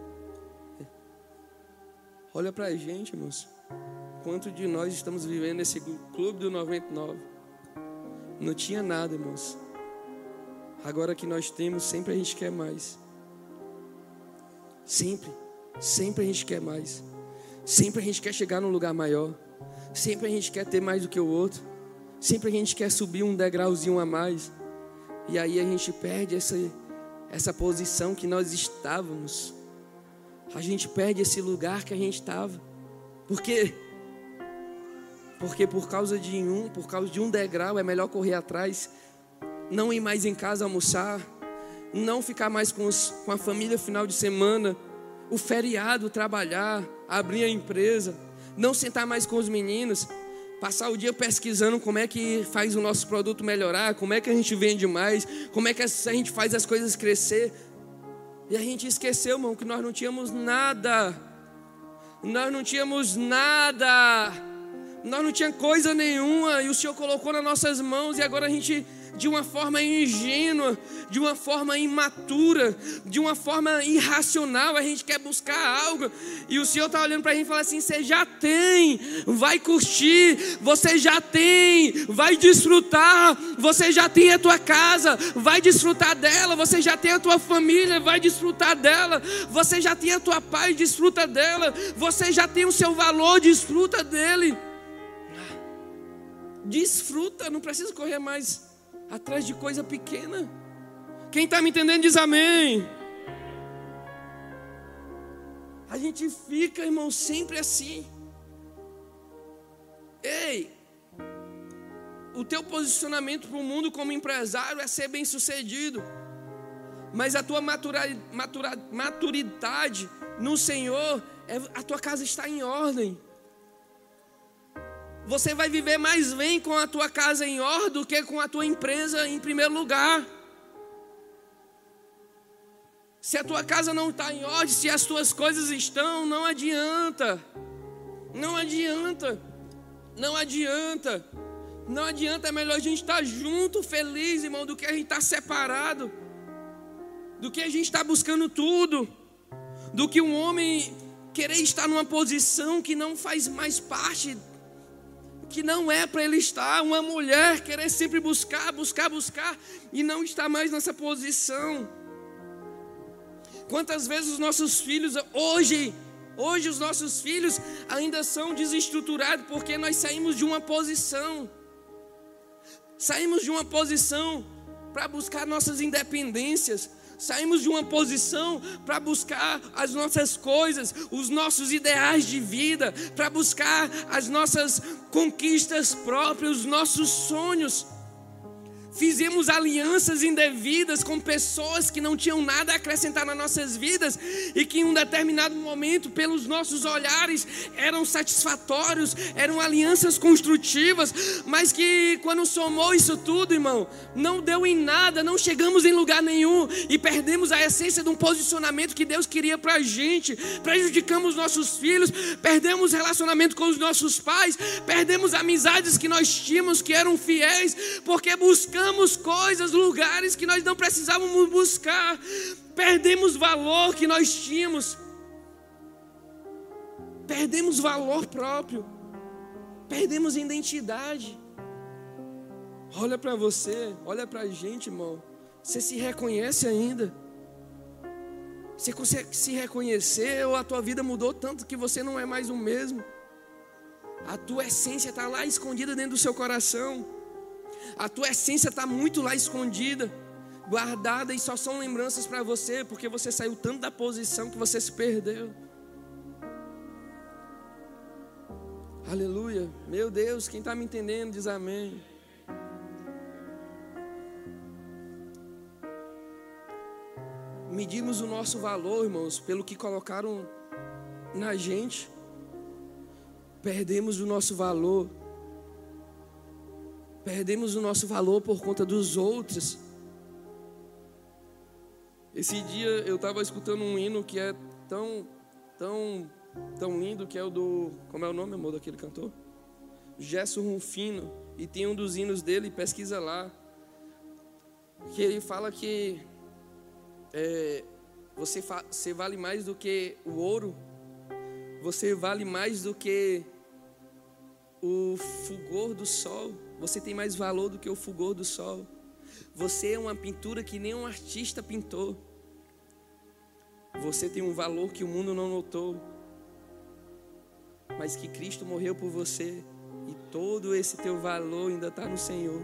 Olha pra gente, irmãos. Quanto de nós estamos vivendo nesse clube do noventa e nove? Não tinha nada, irmãos. Agora que nós temos, sempre a gente quer mais. Sempre, sempre a gente quer mais. Sempre a gente quer chegar num lugar maior. Sempre a gente quer ter mais do que o outro. Sempre a gente quer subir um degrauzinho a mais. E aí a gente perde essa, essa posição que nós estávamos. A gente perde esse lugar que a gente estava. Por quê? Porque por causa de um, por causa de um degrau é melhor correr atrás. Não ir mais em casa almoçar. Não ficar mais com, os, com a família final de semana, o feriado, trabalhar, abrir a empresa, não sentar mais com os meninos, passar o dia pesquisando como é que faz o nosso produto melhorar, como é que a gente vende mais, como é que a gente faz as coisas crescer. E a gente esqueceu, irmão, que nós não tínhamos nada, nós não tínhamos nada, nós não tínhamos coisa nenhuma, e o Senhor colocou nas nossas mãos, e agora a gente, de uma forma ingênua, de uma forma imatura, de uma forma irracional, a gente quer buscar algo, e o Senhor está olhando para a gente e fala assim: você já tem, vai curtir, você já tem, vai desfrutar, você já tem a tua casa, vai desfrutar dela, você já tem a tua família, vai desfrutar dela, você já tem a tua paz, desfruta dela, você já tem o seu valor, desfruta dele. Desfruta, não precisa correr mais atrás de coisa pequena. Quem está me entendendo diz amém. A gente fica, irmão, sempre assim. Ei, o teu posicionamento para o mundo como empresário é ser bem sucedido, mas a tua matura, matura, maturidade no Senhor é, a tua casa está em ordem. Você vai viver mais bem com a tua casa em ordem do que com a tua empresa em primeiro lugar. Se a tua casa não está em ordem, se as tuas coisas estão, não adianta. Não adianta. Não adianta. Não adianta, é melhor a gente estar junto, feliz, irmão, do que a gente estar separado. Do que a gente estar buscando tudo. Do que um homem querer estar numa posição que não faz mais parte, que não é para ele estar. Uma mulher querer sempre buscar, buscar, buscar e não estar mais nessa posição. Quantas vezes os nossos filhos, hoje, hoje os nossos filhos ainda são desestruturados porque nós saímos de uma posição. Saímos de uma posição para buscar nossas independências. Saímos de uma posição para buscar as nossas coisas, os nossos ideais de vida, para buscar as nossas conquistas próprias, os nossos sonhos. Fizemos alianças indevidas com pessoas que não tinham nada a acrescentar nas nossas vidas e que em um determinado momento, pelos nossos olhares, eram satisfatórios, eram alianças construtivas, mas que quando somou isso tudo, irmão, não deu em nada, não chegamos em lugar nenhum e perdemos a essência de um posicionamento que Deus queria para a gente, prejudicamos nossos filhos, perdemos relacionamento com os nossos pais, perdemos amizades que nós tínhamos que eram fiéis, porque buscamos coisas, lugares que nós não precisávamos buscar, perdemos valor que nós tínhamos, perdemos valor próprio, perdemos identidade. Olha para você, olha para a gente, irmão, você se reconhece ainda? Você consegue se reconhecer ou a tua vida mudou tanto que você não é mais o mesmo? A tua essência está lá escondida dentro do seu coração. A tua essência está muito lá escondida, guardada, e só são lembranças para você, porque você saiu tanto da posição que você se perdeu. Aleluia. Meu Deus, quem está me entendendo diz amém. Medimos o nosso valor, irmãos, pelo que colocaram na gente. Perdemos o nosso valor. Perdemos o nosso valor por conta dos outros. Esse dia eu estava escutando um hino que é tão, tão, tão lindo, que é o do... Como é o nome, amor, daquele cantor? Gerson Rufino. E tem um dos hinos dele, pesquisa lá, que ele fala que é, você, fa, você vale mais do que o ouro, você vale mais do que o fulgor do sol. Você tem mais valor do que o fulgor do sol. Você é uma pintura que nem um artista pintou. Você tem um valor que o mundo não notou, mas que Cristo morreu por você. E todo esse teu valor ainda está no Senhor.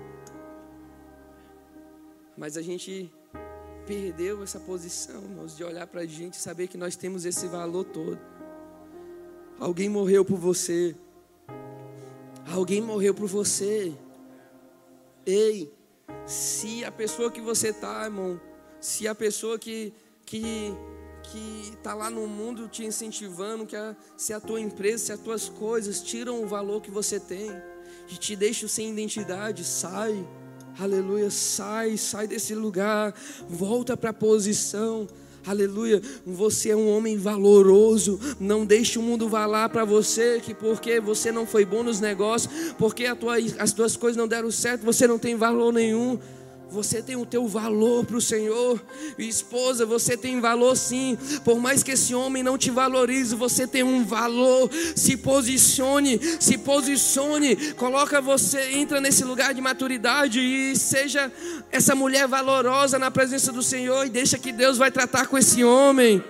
Mas a gente perdeu essa posição, irmãos, de olhar para a gente e saber que nós temos esse valor todo. Alguém morreu por você. Alguém morreu por você. Ei, se a pessoa que você está, irmão, se a pessoa que que que está lá no mundo te incentivando, que a, se a tua empresa, se as tuas coisas tiram o valor que você tem e te deixam sem identidade, sai, aleluia, sai, sai desse lugar, volta para a posição. Aleluia, você é um homem valoroso. Não deixe o mundo falar para você que porque você não foi bom nos negócios, porque a tua, as tuas coisas não deram certo, você não tem valor nenhum. Você tem o teu valor para o Senhor. E esposa, você tem valor sim. Por mais que esse homem não te valorize, você tem um valor. Se posicione, se posicione. Coloca você, entra nesse lugar de maturidade e seja essa mulher valorosa na presença do Senhor. E deixa que Deus vai tratar com esse homem.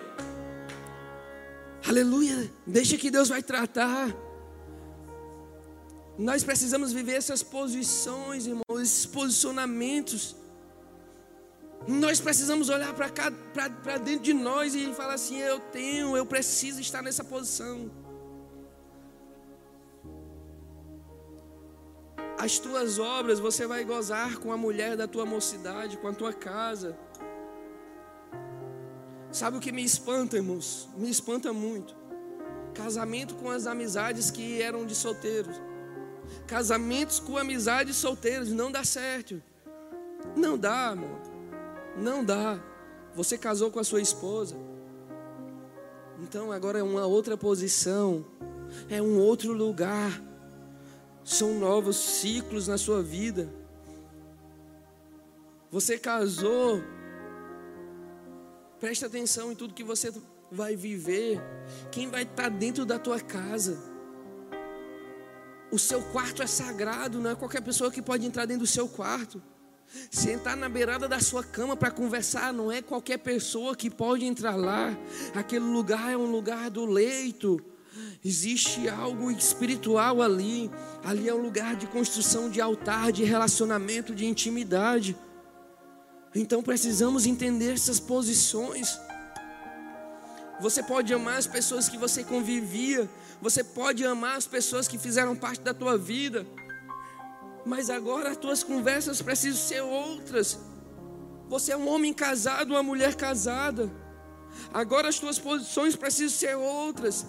Aleluia, deixa que Deus vai tratar. Nós precisamos viver essas posições, irmãos, esses posicionamentos. Nós precisamos olhar para dentro de nós e falar assim: eu tenho, eu preciso estar nessa posição. As tuas obras você vai gozar com a mulher da tua mocidade, com a tua casa. Sabe o que me espanta, irmãos? Me espanta muito. Casamento com as amizades que eram de solteiros. Casamentos com amizades solteiros, não dá certo. Não dá, amor. Não dá. Você casou com a sua esposa, então agora é uma outra posição, é um outro lugar. São novos ciclos na sua vida. Você casou, presta atenção em tudo que você vai viver. Quem vai estar dentro da tua casa? O seu quarto é sagrado, não é qualquer pessoa que pode entrar dentro do seu quarto. Sentar na beirada da sua cama para conversar, não é qualquer pessoa que pode entrar lá. Aquele lugar é um lugar do leito. Existe algo espiritual ali. Ali é um lugar de construção de altar, de relacionamento, de intimidade. Então precisamos entender essas posições. Você pode amar as pessoas que você convivia, você pode amar as pessoas que fizeram parte da tua vida, mas agora as tuas conversas precisam ser outras. Você é um homem casado, uma mulher casada, agora as tuas posições precisam ser outras.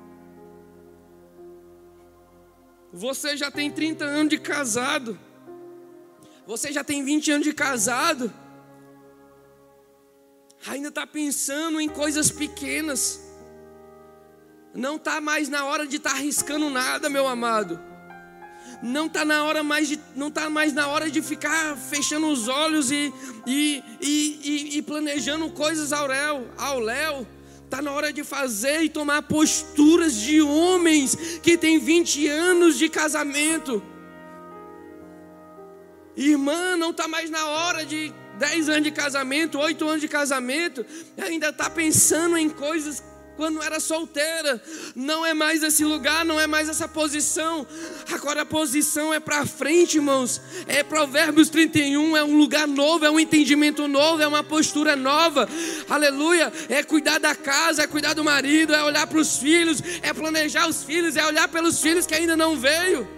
Você já tem trinta anos de casado, você já tem vinte anos de casado, ainda está pensando em coisas pequenas. Não está mais na hora de estar tá arriscando nada, meu amado. Não está na hora mais de, não tá mais na hora de ficar fechando os olhos e, e, e, e, e planejando coisas ao léu, ao léu. Está na hora de fazer e tomar posturas de homens que têm vinte anos de casamento. Irmã, não está mais na hora de dez anos de casamento, oito anos de casamento, ainda está pensando em coisas quando era solteira. Não é mais esse lugar, não é mais essa posição. Agora a posição é para frente, irmãos. É Provérbios trinta e um, é um lugar novo, é um entendimento novo, é uma postura nova. Aleluia. É cuidar da casa, é cuidar do marido, é olhar para os filhos, é planejar os filhos, é olhar pelos filhos que ainda não veio.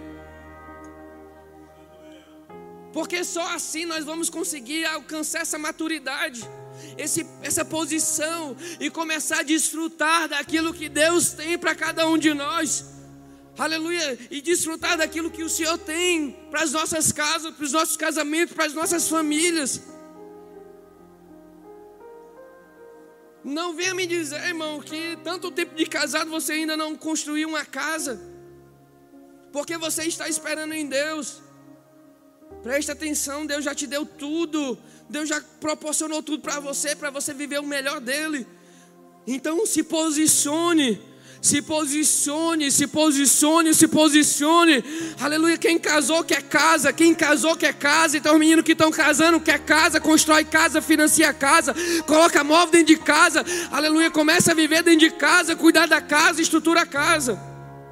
Porque só assim nós vamos conseguir alcançar essa maturidade, esse, essa posição, e começar a desfrutar daquilo que Deus tem para cada um de nós. Aleluia. E desfrutar daquilo que o Senhor tem para as nossas casas, para os nossos casamentos, para as nossas famílias. Não venha me dizer, irmão, que tanto tempo de casado você ainda não construiu uma casa, porque você está esperando em Deus. Preste atenção, Deus já te deu tudo, Deus já proporcionou tudo para você, para você viver o melhor dele. Então se posicione, se posicione, se posicione, se posicione. Aleluia. Quem casou quer casa, quem casou quer casa. Então os meninos que estão casando quer casa, constrói casa, financia casa, coloca móvel dentro de casa. Aleluia. Começa a viver dentro de casa, cuidar da casa, estrutura a casa.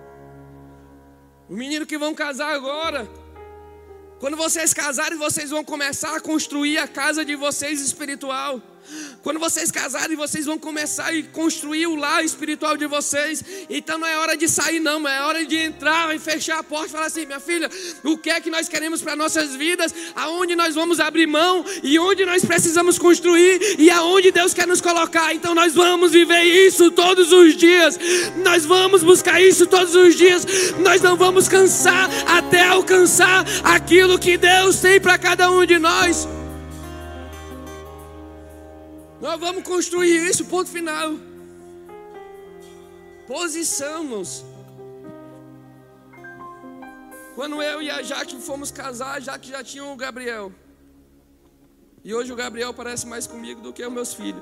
Os meninos que vão casar agora, quando vocês casarem, vocês vão começar a construir a casa de vocês espiritual. Quando vocês casarem, vocês vão começar a construir o lar espiritual de vocês. Então não é hora de sair não, é hora de entrar e fechar a porta e falar assim: minha filha, o que é que nós queremos para nossas vidas? Aonde nós vamos abrir mão? E onde nós precisamos construir? E aonde Deus quer nos colocar? Então nós vamos viver isso todos os dias. Nós vamos buscar isso todos os dias. Nós não vamos cansar até alcançar aquilo que Deus tem para cada um de nós. Nós vamos construir isso, ponto final. Posição, irmãos. Quando eu e a Jaque fomos casar, a Jaque já tinha o Gabriel. E hoje o Gabriel parece mais comigo do que os meus filhos.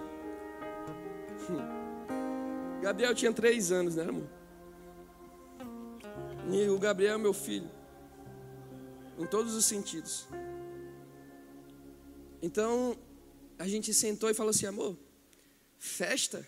Gabriel tinha três anos, né, amor? E o Gabriel é meu filho, em todos os sentidos. Então a gente sentou e falou assim: amor, festa?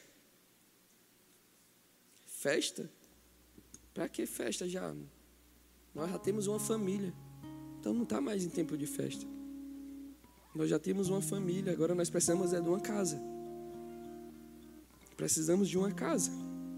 Festa? Pra que festa já? Nós já temos uma família, então não está mais em tempo de festa. Nós já temos uma família, agora nós precisamos é de uma casa. Precisamos de uma casa.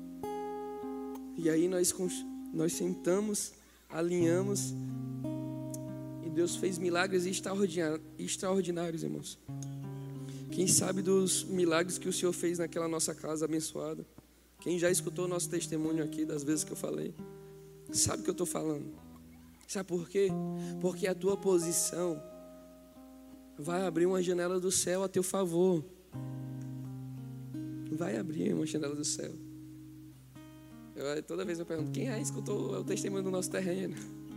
E aí nós, nós sentamos, alinhamos, e Deus fez milagres extraordinários, irmãos. Quem sabe dos milagres que o Senhor fez naquela nossa casa abençoada? Quem já escutou o nosso testemunho aqui, das vezes que eu falei, sabe o que eu estou falando. Sabe por quê? Porque a tua posição vai abrir uma janela do céu a teu favor. Vai abrir uma janela do céu. Eu, toda vez eu pergunto: quem aí escutou o testemunho do nosso terreno?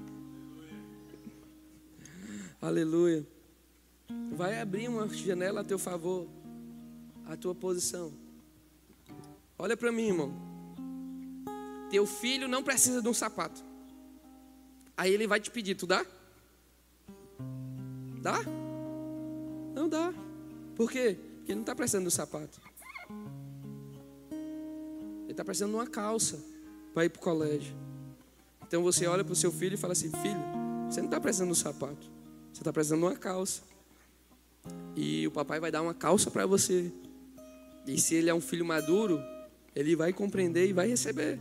Aleluia. Vai abrir uma janela a teu favor, a tua posição. Olha para mim, irmão. Teu filho não precisa de um sapato. Aí ele vai te pedir, tu dá? Dá? Não dá. Por quê? Porque ele não está precisando de um sapato. Ele está precisando de uma calça para ir para o colégio. Então você olha para o seu filho e fala assim: filho, você não está precisando de um sapato, você está precisando de uma calça. e o papai vai dar uma calça para você. E se ele é um filho maduro, ele vai compreender e vai receber.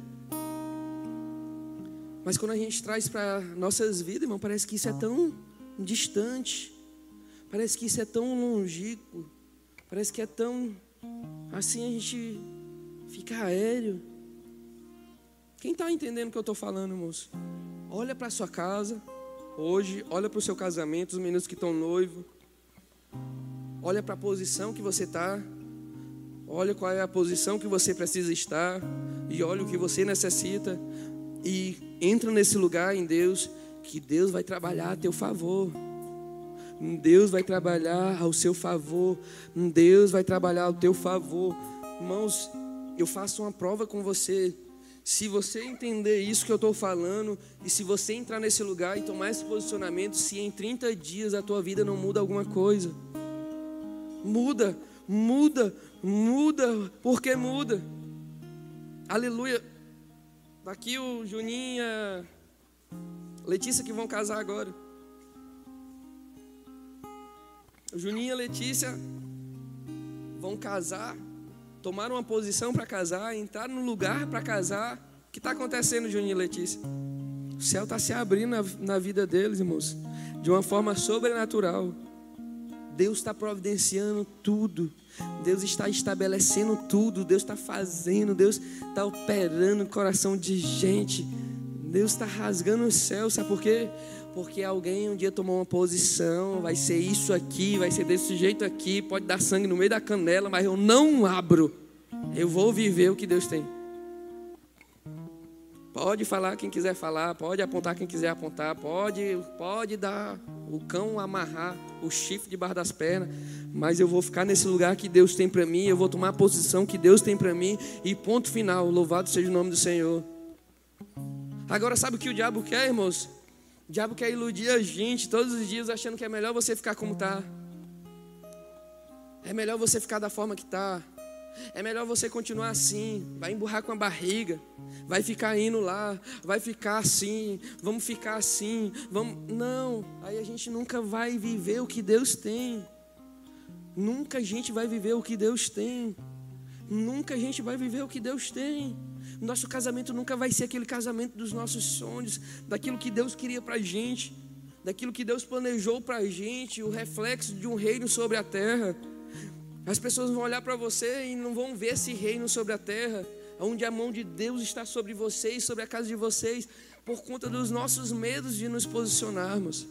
Mas quando a gente traz para nossas vidas, irmão, parece que isso é tão distante. Parece que isso é tão longínquo. Parece que é tão... Assim a gente fica aéreo. Quem está entendendo o que eu estou falando, moço? Olha para a sua casa hoje, olha para o seu casamento, os meninos que estão noivos. Olha para a posição que você está. Olha qual é a posição que você precisa estar. E olha o que você necessita. E entra nesse lugar em Deus, que Deus vai trabalhar a teu favor. Deus vai trabalhar ao seu favor. Deus vai trabalhar ao teu favor. Irmãos, eu faço uma prova com você. Se você entender isso que eu estou falando, e se você entrar nesse lugar e tomar esse posicionamento, se em trinta dias a tua vida não muda alguma coisa, muda, muda, muda, porque muda. Aleluia. Daqui o Juninho e a Letícia que vão casar agora. O Juninho e a Letícia vão casar, tomaram uma posição para casar, entraram no lugar para casar. O que está acontecendo, Juninho e Letícia? O céu está se abrindo na, na vida deles, irmãos, de uma forma sobrenatural. Deus está providenciando tudo. Deus está estabelecendo tudo. Deus está fazendo. Deus está operando no coração de gente. Deus está rasgando o céu. Sabe por quê? Porque alguém um dia tomou uma posição. Vai ser isso aqui, vai ser desse jeito aqui. Pode dar sangue no meio da canela, mas eu não abro. Eu vou viver o que Deus tem. Pode falar quem quiser falar, pode apontar quem quiser apontar, pode, pode dar o cão amarrar o chifre debaixo das pernas, mas eu vou ficar nesse lugar que Deus tem para mim, eu vou tomar a posição que Deus tem para mim, e ponto final, louvado seja o nome do Senhor. Agora sabe o que o diabo quer, irmãos? O diabo quer iludir a gente todos os dias achando que é melhor você ficar como está. É melhor você ficar da forma que está. É melhor você continuar assim, vai emburrar com a barriga, vai ficar indo lá, vai ficar assim, vamos ficar assim, vamos... Não, aí a gente nunca vai viver o que Deus tem. Nunca a gente vai viver o que Deus tem. Nunca a gente vai viver o que Deus tem. Nosso casamento nunca vai ser aquele casamento dos nossos sonhos, daquilo que Deus queria pra gente, daquilo que Deus planejou pra gente, o reflexo de um reino sobre a terra. As pessoas vão olhar para você e não vão ver esse reino sobre a terra, onde a mão de Deus está sobre vocês, sobre a casa de vocês, por conta dos nossos medos de nos posicionarmos.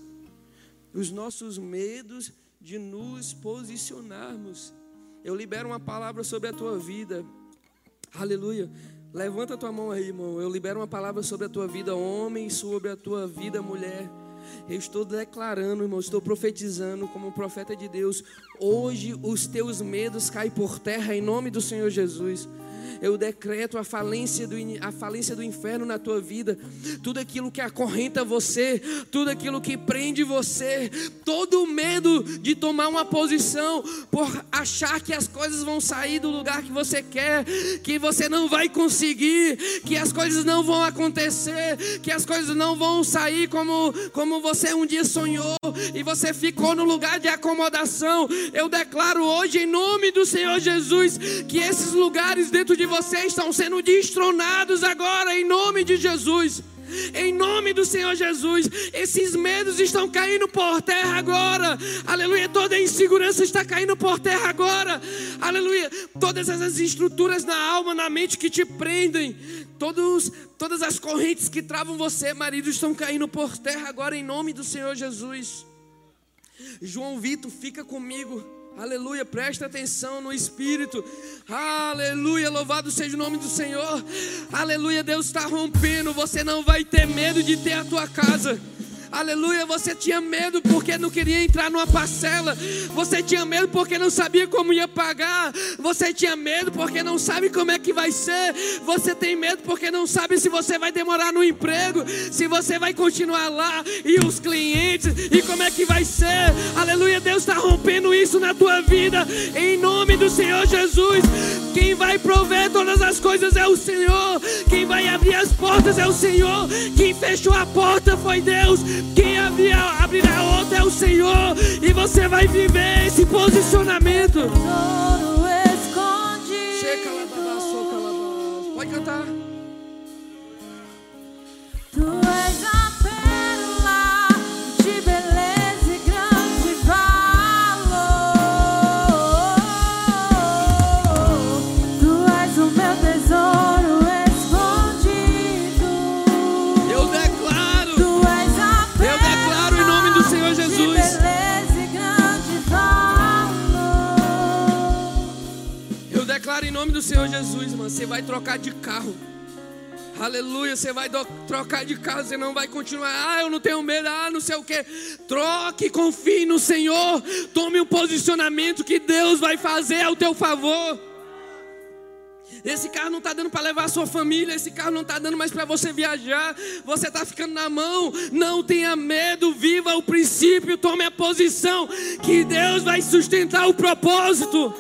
Os nossos medos de nos posicionarmos. Eu libero uma palavra sobre a tua vida. Aleluia. Levanta a tua mão aí, irmão. Eu libero uma palavra sobre a tua vida, homem, sobre a tua vida, mulher. Eu estou declarando, irmão, estou profetizando como profeta de Deus. Hoje os teus medos caem por terra em nome do Senhor Jesus. Eu decreto a falência do, a falência do inferno na tua vida. Tudo aquilo que acorrenta você, tudo aquilo que prende você, todo o medo de tomar uma posição por achar que as coisas vão sair do lugar que você quer, que você não vai conseguir, que as coisas não vão acontecer, que as coisas não vão sair como, como você um dia sonhou e você ficou no lugar de acomodação. Eu declaro hoje em nome do Senhor Jesus que esses lugares dentro de vocês estão sendo destronados agora em nome de Jesus. Em nome do Senhor Jesus, esses medos estão caindo por terra agora. Aleluia, toda a insegurança está caindo por terra agora. Aleluia, todas essas estruturas na alma, na mente que te prendem, todos, todas as correntes que travam você, marido, estão caindo por terra agora em nome do Senhor Jesus. João Vitor, fica comigo. Aleluia, presta atenção no Espírito. Aleluia, louvado seja o nome do Senhor. Aleluia, Deus está rompendo. Você não vai ter medo de ter a tua casa. Aleluia, você tinha medo porque não queria entrar numa parcela. Você tinha medo porque não sabia como ia pagar. Você tinha medo porque não sabe como é que vai ser. Você tem medo porque não sabe se você vai demorar no emprego, se você vai continuar lá, e os clientes, e como é que vai ser. Aleluia, Deus está rompendo isso na tua vida em nome do Senhor Jesus. Quem vai prover todas as coisas é o Senhor. Quem vai abrir as portas é o Senhor. Quem fechou a porta foi Deus. Quem abrir a, abrir a outra é o Senhor. E você vai viver esse posicionamento. Tesouro escondido. Checa lá, soca lá. Pode cantar. Tu és a pérola de beleza e grande valor. Tu és o meu tesouro escondido. Eu declaro. Tu és a Eu declaro em nome do Senhor pérola de Jesus. beleza e grande valor. Eu declaro em nome do Senhor Jesus, mano. Você vai trocar de carro. Aleluia, você vai do, trocar de carro, você não vai continuar, ah, eu não tenho medo, ah, não sei o que. Troque, confie no Senhor, tome um posicionamento que Deus vai fazer ao teu favor. Esse carro não está dando para levar a sua família, esse carro não está dando mais para você viajar, você está ficando na mão, não tenha medo, viva o princípio, tome a posição, que Deus vai sustentar o propósito.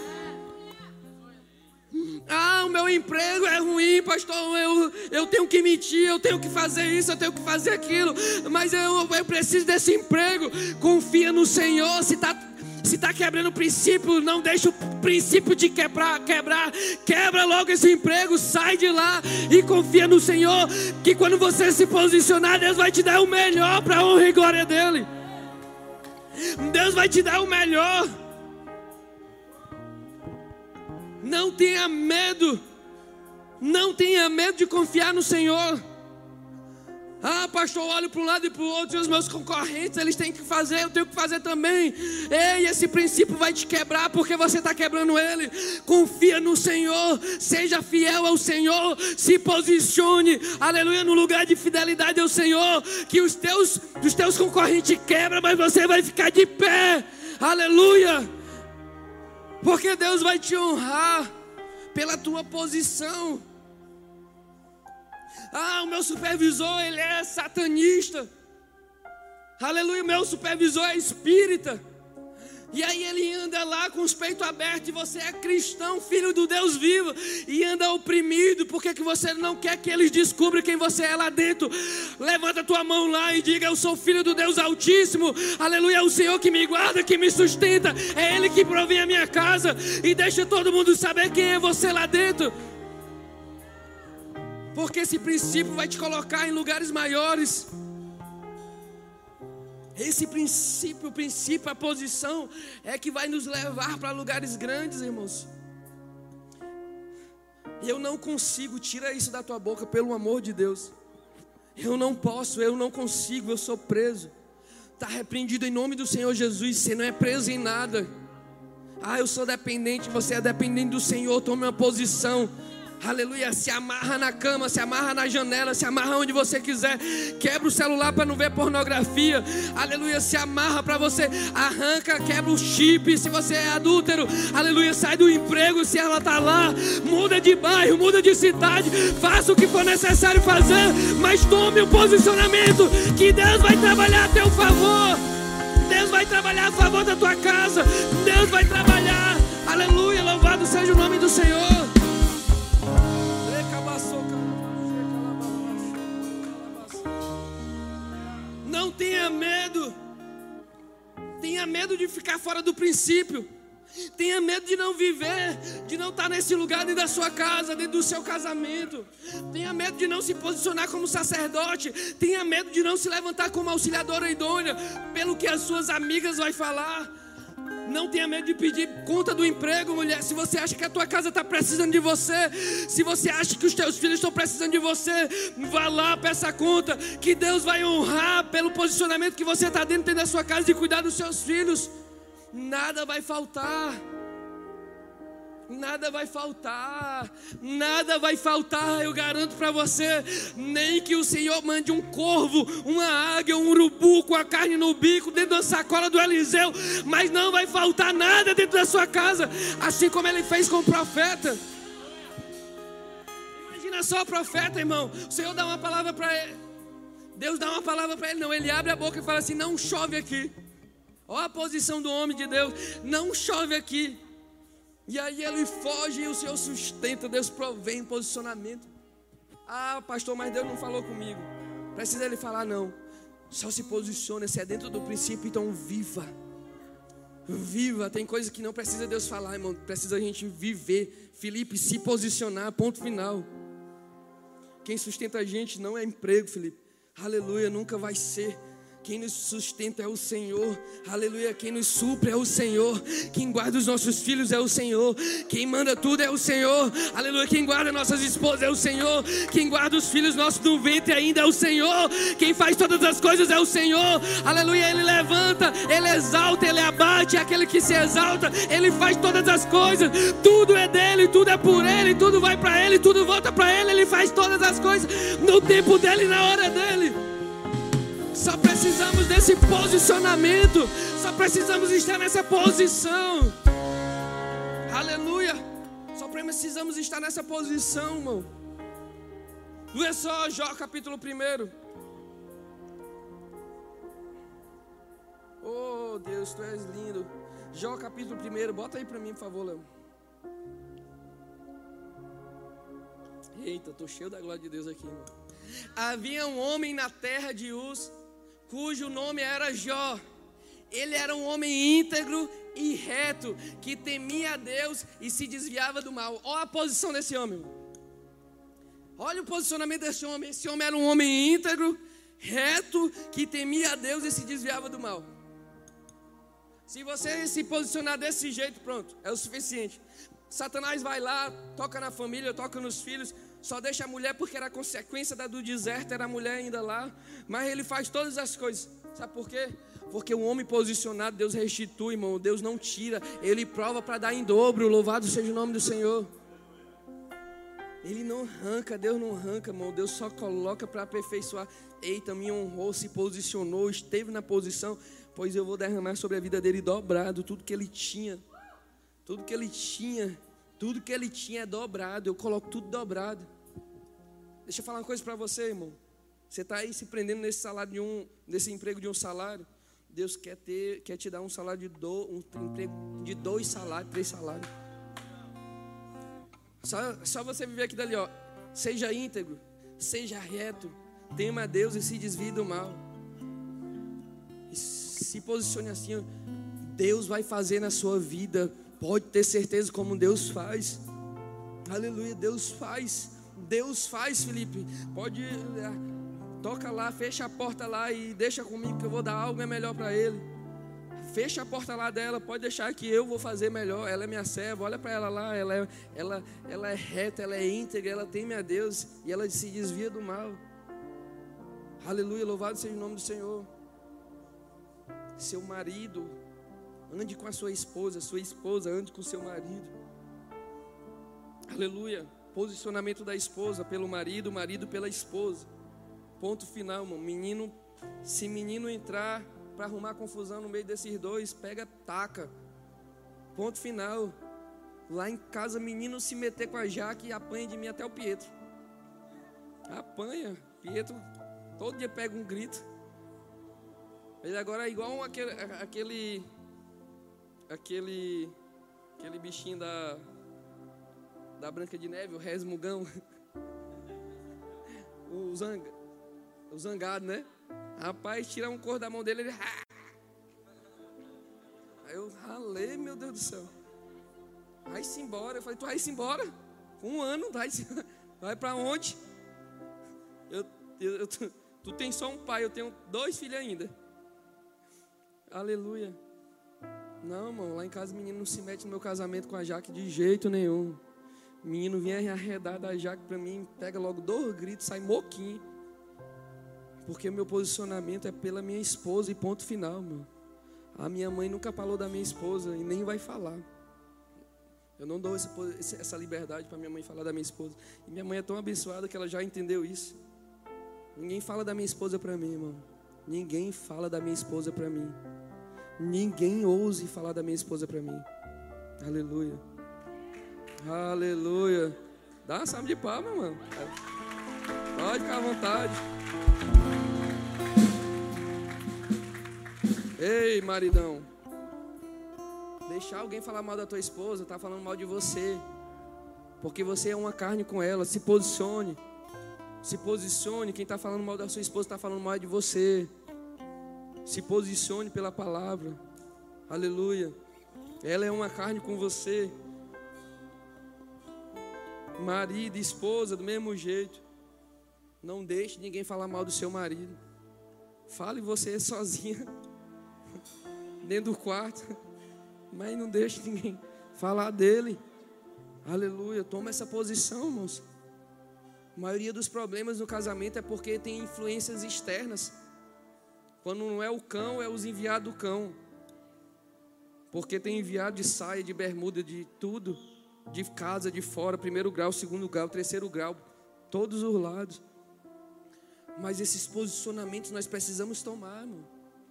Ah, o meu emprego é ruim, pastor, eu, eu tenho que mentir, eu tenho que fazer isso, eu tenho que fazer aquilo, mas eu, eu preciso desse emprego. Confia no Senhor. Se está se tá quebrando o princípio, não deixa o princípio de quebrar, quebrar, quebra logo esse emprego, sai de lá e confia no Senhor, que quando você se posicionar, Deus vai te dar o melhor para a honra e glória dEle. Deus vai te dar o melhor. Não tenha medo, não tenha medo de confiar no Senhor. Ah, pastor, eu olho para um lado e para o outro, e os meus concorrentes, eles têm que fazer, eu tenho que fazer também. Ei, esse princípio vai te quebrar, porque você está quebrando ele. Confia no Senhor, seja fiel ao Senhor, se posicione, aleluia, no lugar de fidelidade ao Senhor, que os teus, os teus concorrentes quebram, mas você vai ficar de pé, aleluia. Porque Deus vai te honrar pela tua posição. Ah, o meu supervisor, ele é satanista. Aleluia, o meu supervisor é espírita. E aí ele anda lá com os peitos abertos, e você é cristão, filho do Deus vivo, e anda oprimido, porque que você não quer que eles descubram quem você é lá dentro. Levanta a tua mão lá e diga: eu sou filho do Deus Altíssimo, aleluia, é o Senhor que me guarda, que me sustenta, é Ele que provém a minha casa, e deixa todo mundo saber quem é você lá dentro. Porque esse princípio vai te colocar em lugares maiores. Esse princípio, o princípio, a posição é que vai nos levar para lugares grandes, irmãos. Eu não consigo, tira isso da tua boca, pelo amor de Deus. Eu não posso, eu não consigo, eu sou preso. Está repreendido em nome do Senhor Jesus, você não é preso em nada. Ah, eu sou dependente, você é dependente do Senhor, tome uma posição. Aleluia, se amarra na cama, se amarra na janela, se amarra onde você quiser. Quebra o celular para não ver pornografia. Aleluia, se amarra para você. Arranca, quebra o chip se você é adúltero. Aleluia, sai do emprego se ela está lá. Muda de bairro, muda de cidade. Faça o que for necessário fazer, mas tome um posicionamento, que Deus vai trabalhar a teu favor. Deus vai trabalhar a favor da tua casa. Deus vai trabalhar. Aleluia, louvado seja o nome do Senhor. Não tenha medo. Tenha medo de ficar fora do princípio. Tenha medo de não viver, de não estar nesse lugar dentro da sua casa, dentro do seu casamento. Tenha medo de não se posicionar como sacerdote. Tenha medo de não se levantar como auxiliadora idônea pelo que as suas amigas vão falar. Não tenha medo de pedir conta do emprego, mulher. Se você acha que a tua casa está precisando de você, se você acha que os teus filhos estão precisando de você, vá lá, peça conta, que Deus vai honrar pelo posicionamento que você está dentro, dentro da sua casa, de cuidar dos seus filhos. Nada vai faltar. Nada vai faltar, nada vai faltar, eu garanto para você. Nem que o Senhor mande um corvo, uma águia, um urubu com a carne no bico dentro da sacola do Eliseu, mas não vai faltar nada dentro da sua casa, assim como Ele fez com o profeta. Imagina só o profeta, irmão. O Senhor dá uma palavra para ele, Deus dá uma palavra para ele, não, ele abre a boca e fala assim: não chove aqui. Olha a posição do homem de Deus: não chove aqui. E aí ele foge e o Senhor sustenta, Deus provém posicionamento. Ah, pastor, mas Deus não falou comigo. Precisa ele falar, não. Só se posiciona, se é dentro do princípio, então viva. Viva, tem coisa que não precisa Deus falar, irmão. Precisa a gente viver. Felipe, se posicionar, ponto final. Quem sustenta a gente não é emprego, Felipe. Aleluia, nunca vai ser. Quem nos sustenta é o Senhor, aleluia. Quem nos supre é o Senhor. Quem guarda os nossos filhos é o Senhor. Quem manda tudo é o Senhor, aleluia. Quem guarda nossas esposas é o Senhor. Quem guarda os filhos nossos no ventre ainda é o Senhor. Quem faz todas as coisas é o Senhor, aleluia. Ele levanta, Ele exalta, Ele abate aquele que se exalta. Ele faz todas as coisas, tudo é dEle, tudo é por Ele, tudo vai para Ele, tudo volta para Ele. Ele faz todas as coisas no tempo dEle, na hora dEle. Só precisamos desse posicionamento. Só precisamos estar nessa posição. Aleluia. Só precisamos estar nessa posição, irmão. Vê só Jó capítulo primeiro. Oh Deus, tu és lindo. Jó capítulo primeiro. Bota aí para mim, por favor, Léo. Eita, tô cheio da glória de Deus aqui, irmão. Havia um homem na terra de Uz, cujo nome era Jó. Ele era um homem íntegro e reto, que temia a Deus e se desviava do mal. Olha a posição desse homem. Olha o posicionamento desse homem. Esse homem era um homem íntegro, reto, que temia a Deus e se desviava do mal. Se você se posicionar desse jeito, pronto, é o suficiente. Satanás vai lá, toca na família, toca nos filhos. Só deixa a mulher porque era a consequência da do deserto, era a mulher ainda lá. Mas ele faz todas as coisas. Sabe por quê? Porque o homem posicionado, Deus restitui, irmão. Deus não tira, Ele prova para dar em dobro. Louvado seja o nome do Senhor. Ele não arranca, Deus não arranca, irmão. Deus só coloca para aperfeiçoar. Eita, me honrou, se posicionou, esteve na posição. Pois eu vou derramar sobre a vida dele dobrado. Tudo que ele tinha, tudo que ele tinha Tudo que ele tinha é dobrado. Eu coloco tudo dobrado. Deixa eu falar uma coisa para você, irmão. Você está aí se prendendo nesse salário de um, nesse emprego de um salário. Deus quer ter, quer te dar um salário de do, um emprego de dois salários, três salários. Só, só você viver aqui dali, ó. Seja íntegro, seja reto, tema a Deus e se desvie do mal. E se posicione assim, ó. Deus vai fazer na sua vida. Pode ter certeza como Deus faz. Aleluia, Deus faz. Deus faz, Felipe. Pode, toca lá, fecha a porta lá e deixa comigo que eu vou dar algo melhor para ele. Fecha a porta lá dela, pode deixar que eu vou fazer melhor. Ela é minha serva, olha para ela lá. Ela é, ela, ela é reta, ela é íntegra, ela teme a Deus e ela se desvia do mal. Aleluia, louvado seja o nome do Senhor. Seu marido, ande com a sua esposa, sua esposa ande com o seu marido. Aleluia. Posicionamento da esposa pelo marido, o marido pela esposa. Ponto final, irmão. Menino, se menino entrar para arrumar confusão no meio desses dois, pega, taca. Ponto final. Lá em casa, menino se meter com a Jaque e apanha de mim até o Pietro. Apanha. Pietro todo dia pega um grito. Ele agora é igual aquele aquele aquele aquele bichinho da da Branca de Neve, o resmungão. O zanga, o zangado, né? Rapaz, tira um corpo da mão dele, ele aí eu ralei, meu Deus do céu. Vai-se embora. Eu falei, tu vai-se embora? Com um ano, vai, vai pra onde? Eu, eu, eu, tu, tu tem só um pai, eu tenho dois filhos ainda. Aleluia. Não, irmão, lá em casa o menino não se mete no meu casamento com a Jaque de jeito nenhum. O menino vinha arredar da Jaque pra mim, pega logo dois gritos, sai moquinho. Porque o meu posicionamento é pela minha esposa e ponto final, meu. A minha mãe nunca falou da minha esposa e nem vai falar. Eu não dou essa, essa liberdade para minha mãe falar da minha esposa. E minha mãe é tão abençoada que ela já entendeu isso. Ninguém fala da minha esposa para mim, irmão. Ninguém fala da minha esposa para mim. Ninguém ouse falar da minha esposa para mim. Aleluia. Aleluia. Dá uma salva de palmas, mano. Pode ficar à vontade. Ei, maridão. deixar alguém falar mal da tua esposa, tá falando mal de você. Porque você é uma carne com ela. Se posicione. Se posicione. Quem está falando mal da sua esposa está falando mal de você. Se posicione pela palavra. Aleluia. Ela é uma carne com você. Marido e esposa do mesmo jeito. Não deixe ninguém falar mal do seu marido. Fale você sozinha. Dentro do quarto. Mas não deixe ninguém falar dele. Aleluia. Toma essa posição, irmãos. A maioria dos problemas no casamento é porque tem influências externas. Quando não é o cão, é os enviados do cão. Porque tem enviado de saia, de bermuda, de tudo. De casa, de fora, primeiro grau, segundo grau, terceiro grau. Todos os lados. Mas esses posicionamentos nós precisamos tomar, irmão.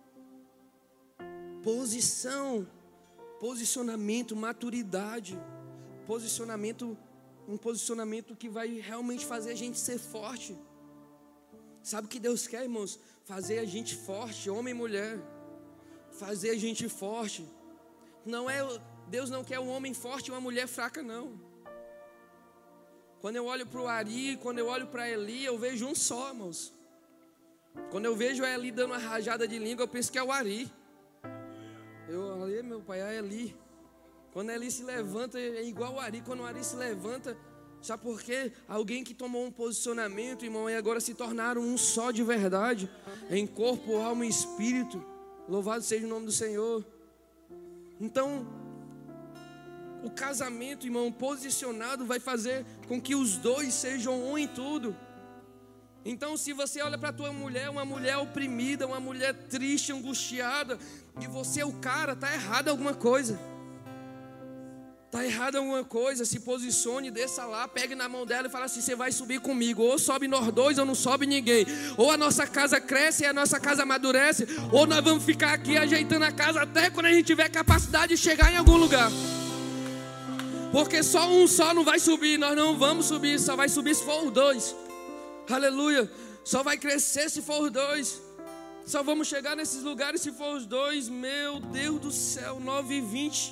Posição. Posicionamento, maturidade. Posicionamento, um posicionamento que vai realmente fazer a gente ser forte. Sabe o que Deus quer, irmãos? Fazer a gente forte, homem e mulher. Fazer a gente forte. Não é, Deus não quer um homem forte e uma mulher fraca, não. Quando eu olho para o Ari, quando eu olho para Eli, eu vejo um só, irmãos. Quando eu vejo a Eli dando uma rajada de língua, eu penso que é o Ari. Eu olhei, meu pai, é Eli. Quando a Eli se levanta, é igual o Ari. Quando o Ari se levanta, sabe por quê? Alguém que tomou um posicionamento, irmão, e agora se tornaram um só de verdade. Em corpo, alma e espírito. Louvado seja o nome do Senhor. Então, o casamento, irmão, posicionado vai fazer com que os dois sejam um em tudo. Então, se você olha para a tua mulher, uma mulher oprimida, uma mulher triste, angustiada, e você é o cara, está errado alguma coisa. Está errado alguma coisa, se posicione, desça lá, pegue na mão dela e fala assim, você vai subir comigo. Ou sobe nós dois ou não sobe ninguém. Ou a nossa casa cresce e a nossa casa amadurece, ou nós vamos ficar aqui ajeitando a casa até quando a gente tiver capacidade de chegar em algum lugar. Porque só um só não vai subir, nós não vamos subir, só vai subir se for os dois. Aleluia, só vai crescer se for os dois. Só vamos chegar nesses lugares se for os dois. Meu Deus do céu, nove e vinte.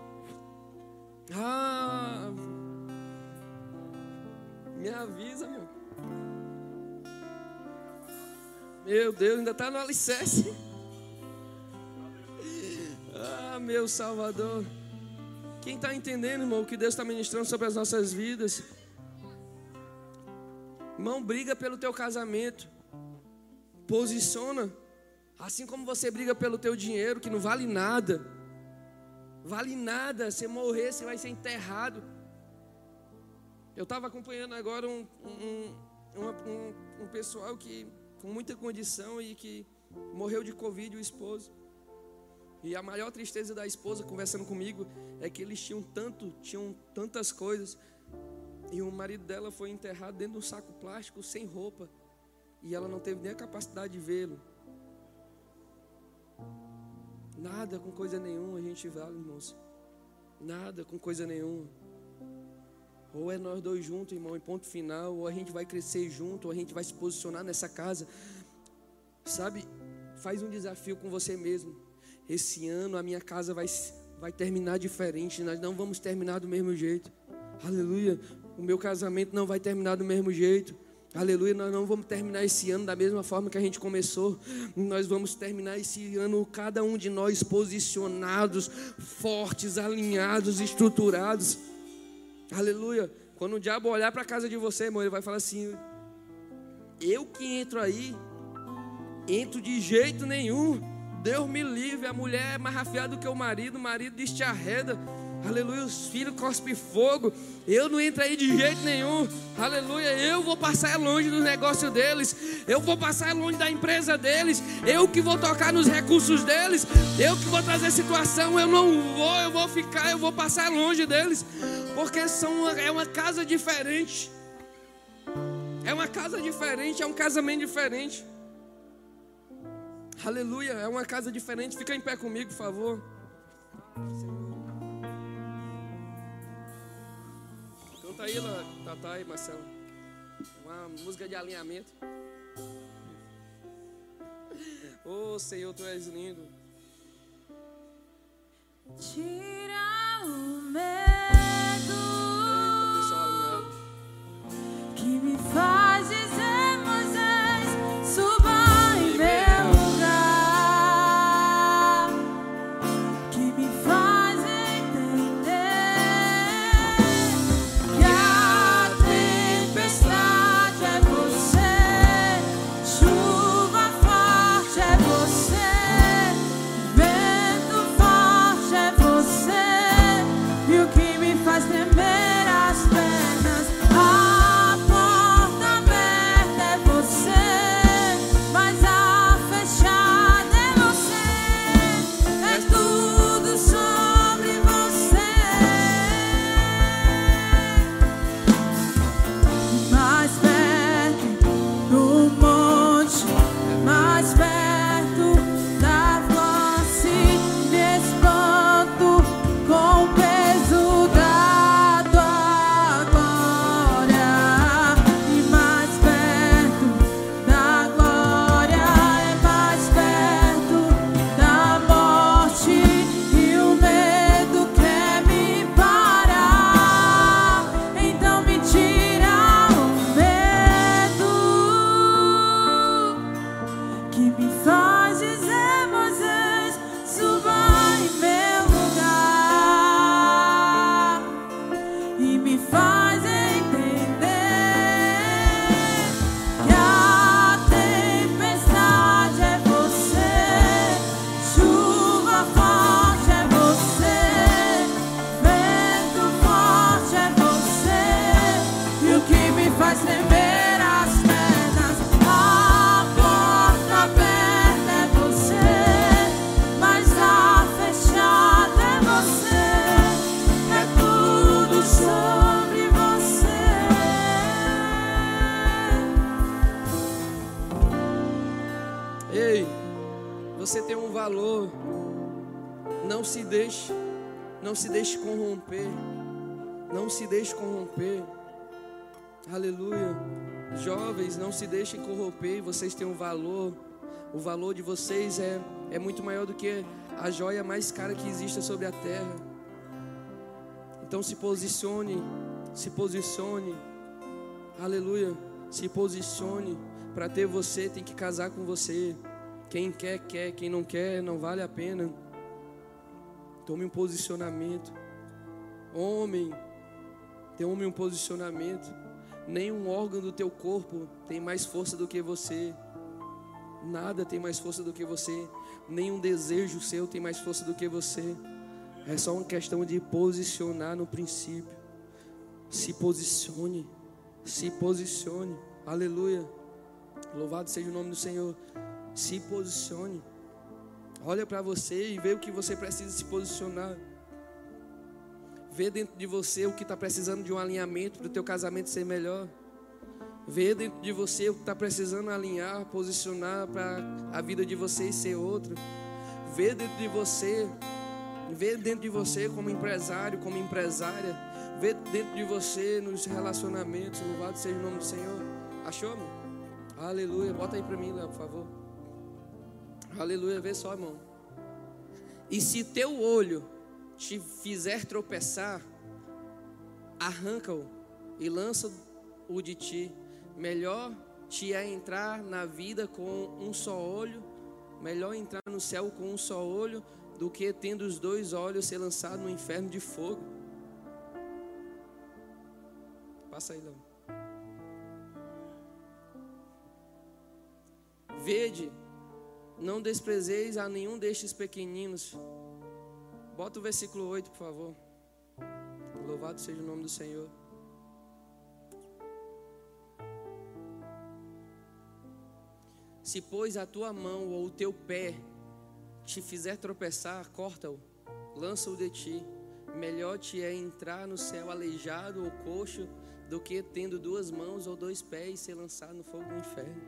Ah, me avisa, meu. Meu Deus, ainda está no alicerce. Ah, meu Salvador. Quem está entendendo, irmão, o que Deus está ministrando sobre as nossas vidas? Irmão, briga pelo teu casamento. Posiciona. Assim como você briga pelo teu dinheiro, que não vale nada. Vale nada, você morrer, você vai ser enterrado. Eu estava acompanhando agora um, um, um, um pessoal que com muita condição e que morreu de Covid, o esposo. E a maior tristeza da esposa, conversando comigo, é que eles tinham tanto, tinham tantas coisas. E o marido dela foi enterrado dentro de um saco plástico, sem roupa. E ela não teve nem a capacidade de vê-lo. Nada com coisa nenhuma a gente vale, irmãos. Nada com coisa nenhuma. Ou é nós dois juntos, irmão, em ponto final. Ou a gente vai crescer junto, ou a gente vai se posicionar nessa casa. Sabe, faz um desafio com você mesmo. Esse ano a minha casa vai, vai terminar diferente. Nós não vamos terminar do mesmo jeito. Aleluia. O meu casamento não vai terminar do mesmo jeito. Aleluia, nós não vamos terminar esse ano da mesma forma que a gente começou. Nós vamos terminar esse ano, cada um de nós posicionados, fortes, alinhados, estruturados. Aleluia. Quando o diabo olhar para a casa de você, irmão, ele vai falar assim: eu que entro aí, entro de jeito nenhum. Deus me livre, a mulher é mais afiada do que o marido, o marido diz te arreda. Aleluia, os filhos cospem fogo. Eu não entro aí de jeito nenhum. Aleluia, eu vou passar longe do negócio deles. Eu vou passar longe da empresa deles. Eu que vou tocar nos recursos deles. Eu que vou trazer situação. Eu não vou, eu vou ficar, eu vou passar longe deles. Porque são uma, é uma casa diferente. É uma casa diferente, é um casamento diferente. Aleluia, é uma casa diferente. Fica em pé comigo, por favor. Canta aí, Tatá e Marcelo. Uma música de alinhamento. Oh, Senhor, Tu és lindo. Tira o Eita, medo pessoal alinhado. que me faz dizer, Moisés, suba em meu lugar, que me faz entender que a tempestade é você, chuva forte é você, vento forte é você, e o que me faz tremer as pernas, a porta aberta é você, mas a fechada é você, é tudo sobre você. Mais perto do monte, mais perto da face, me espanto com o peso da tua glória. E mais perto da glória, é mais perto da morte, e o medo quer me parar. Então me tira o medo que me faz dizer, Moisés, suba em meu lugar, e me faz entender que a tempestade é você, chuva forte é você, vento forte é você, e o que me faz tremer as pernas, a porta aberta é você, mas a fechada é você, é tudo sobre você. Ei, você tem um valor. Não se deixe, não se deixe corromper. Não se deixe corromper. Aleluia. Jovens, não se deixem corromper. Vocês têm um valor. O valor de vocês é, é muito maior do que a joia mais cara que existe sobre a terra. Então se posicione, se posicione. Aleluia. Se posicione. Para ter você, tem que casar com você. Quem quer, quer. Quem não quer, não vale a pena. Tome um posicionamento. Homem, tome um posicionamento. Nenhum órgão do teu corpo tem mais força do que você. Nada tem mais força do que você. Nenhum desejo seu tem mais força do que você. É só uma questão de posicionar no princípio. Se posicione. Se posicione. Aleluia. Louvado seja o nome do Senhor. Se posicione. Olha para você e vê o que você precisa se posicionar. Vê dentro de você o que está precisando de um alinhamento para o teu casamento ser melhor. Vê dentro de você o que está precisando alinhar, posicionar para a vida de vocês ser outra. Vê dentro de você, vê dentro de você como empresário, como empresária. Vê dentro de você nos relacionamentos. Louvado seja o nome do Senhor. Achou, meu? Aleluia. Bota aí para mim, Léo, por favor. Aleluia. Vê só, irmão. E se teu olho te fizer tropeçar, arranca-o e lança-o de ti. Melhor te é entrar na vida com um só olho, melhor entrar no céu com um só olho, do que tendo os dois olhos ser lançado no inferno de fogo. Passa aí, Léo. Vede, não desprezeis a nenhum destes pequeninos. Bota o versículo oito, por favor. Louvado seja o nome do Senhor. Se pois a tua mão ou o teu pé te fizer tropeçar, corta-o, lança-o de ti. Melhor te é entrar no céu aleijado ou coxo, do que tendo duas mãos ou dois pés ser lançado no fogo do inferno.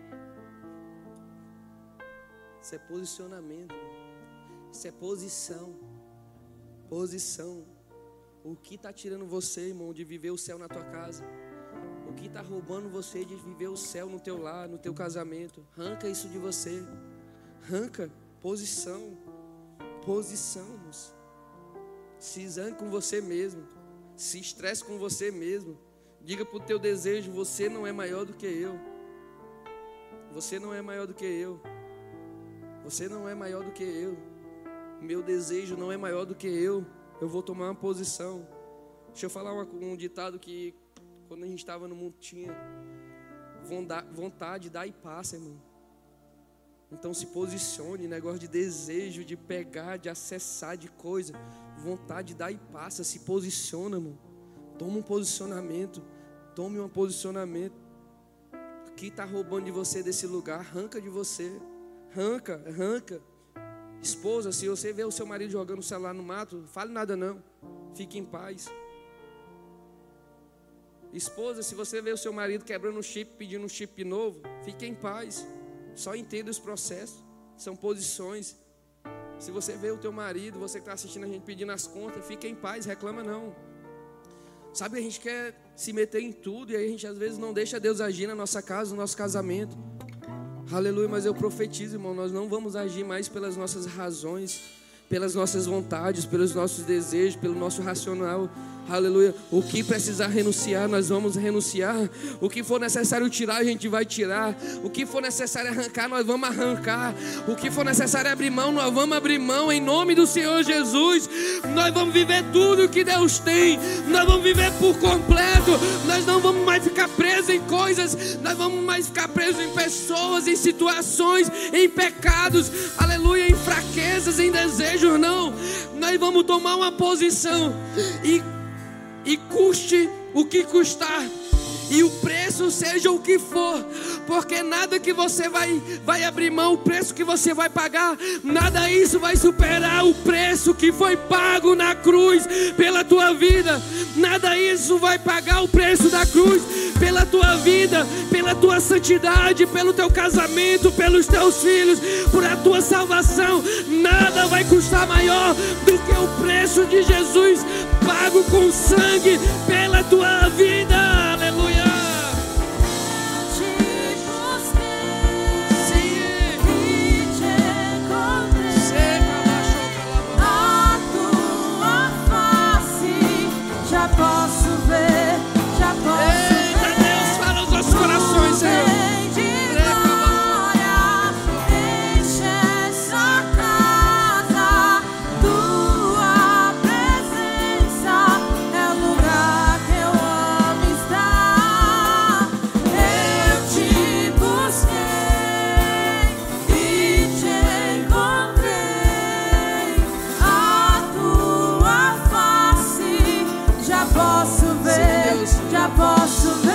Isso é posicionamento. Isso é posição. Posição. O que está tirando você, irmão, de viver o céu na tua casa? O que está roubando você de viver o céu no teu lar, no teu casamento? Arranca isso de você. Arranca. Posição. Posição. Se zangue com você mesmo. Se estresse com você mesmo. Diga para o teu desejo: você não é maior do que eu. Você não é maior do que eu. Você não é maior do que eu. Meu desejo não é maior do que eu. Eu vou tomar uma posição. Deixa eu falar uma, um ditado que quando a gente estava no mundo tinha: vontade dá e passa, irmão. Então se posicione. Negócio de desejo, de pegar, de acessar, de coisa. Vontade dá e passa. Se posiciona, irmão. Toma um posicionamento. Tome um posicionamento. O que está roubando de você desse lugar? Arranca de você. Arranca, arranca. Esposa, se você vê o seu marido jogando o celular no mato, não fale nada não. Fique em paz. Esposa, se você vê o seu marido quebrando um chip, pedindo um chip novo, fique em paz. Só entenda os processos. São posições. Se você vê o teu marido, você que está assistindo a gente pedindo as contas, fique em paz, reclama não. Sabe, a gente quer se meter em tudo e aí a gente às vezes não deixa Deus agir na nossa casa, no nosso casamento. Aleluia, mas eu profetizo, irmão, nós não vamos agir mais pelas nossas razões, pelas nossas vontades, pelos nossos desejos, pelo nosso racional. Aleluia. O que precisar renunciar, nós vamos renunciar. O que for necessário tirar, a gente vai tirar. O que for necessário arrancar, nós vamos arrancar. O que for necessário abrir mão, nós vamos abrir mão. Em nome do Senhor Jesus, nós vamos viver tudo o que Deus tem. Nós vamos viver por completo. Nós não vamos mais ficar presos em coisas. Nós vamos mais ficar presos em pessoas, em situações, em pecados. Aleluia, em fraquezas, em desejos, não. Nós vamos tomar uma posição e E custe o que custar, e o preço seja o que for, porque nada que você vai, vai abrir mão, o preço que você vai pagar, nada isso vai superar o preço que foi pago na cruz pela tua vida. Nada isso vai pagar o preço da cruz pela tua vida, pela tua santidade, pelo teu casamento, pelos teus filhos, por a tua salvação. Nada vai custar maior do que o preço de Jesus pago com sangue pela tua vida. Aleluia. Posso ver, já posso Eita, ver. Deus, fala aos nossos corações, Senhor. De glória, enche essa casa. Tua presença é o lugar que eu amo estar. Eu te busquei e te encontrei. A tua face já posso ver, já posso ver.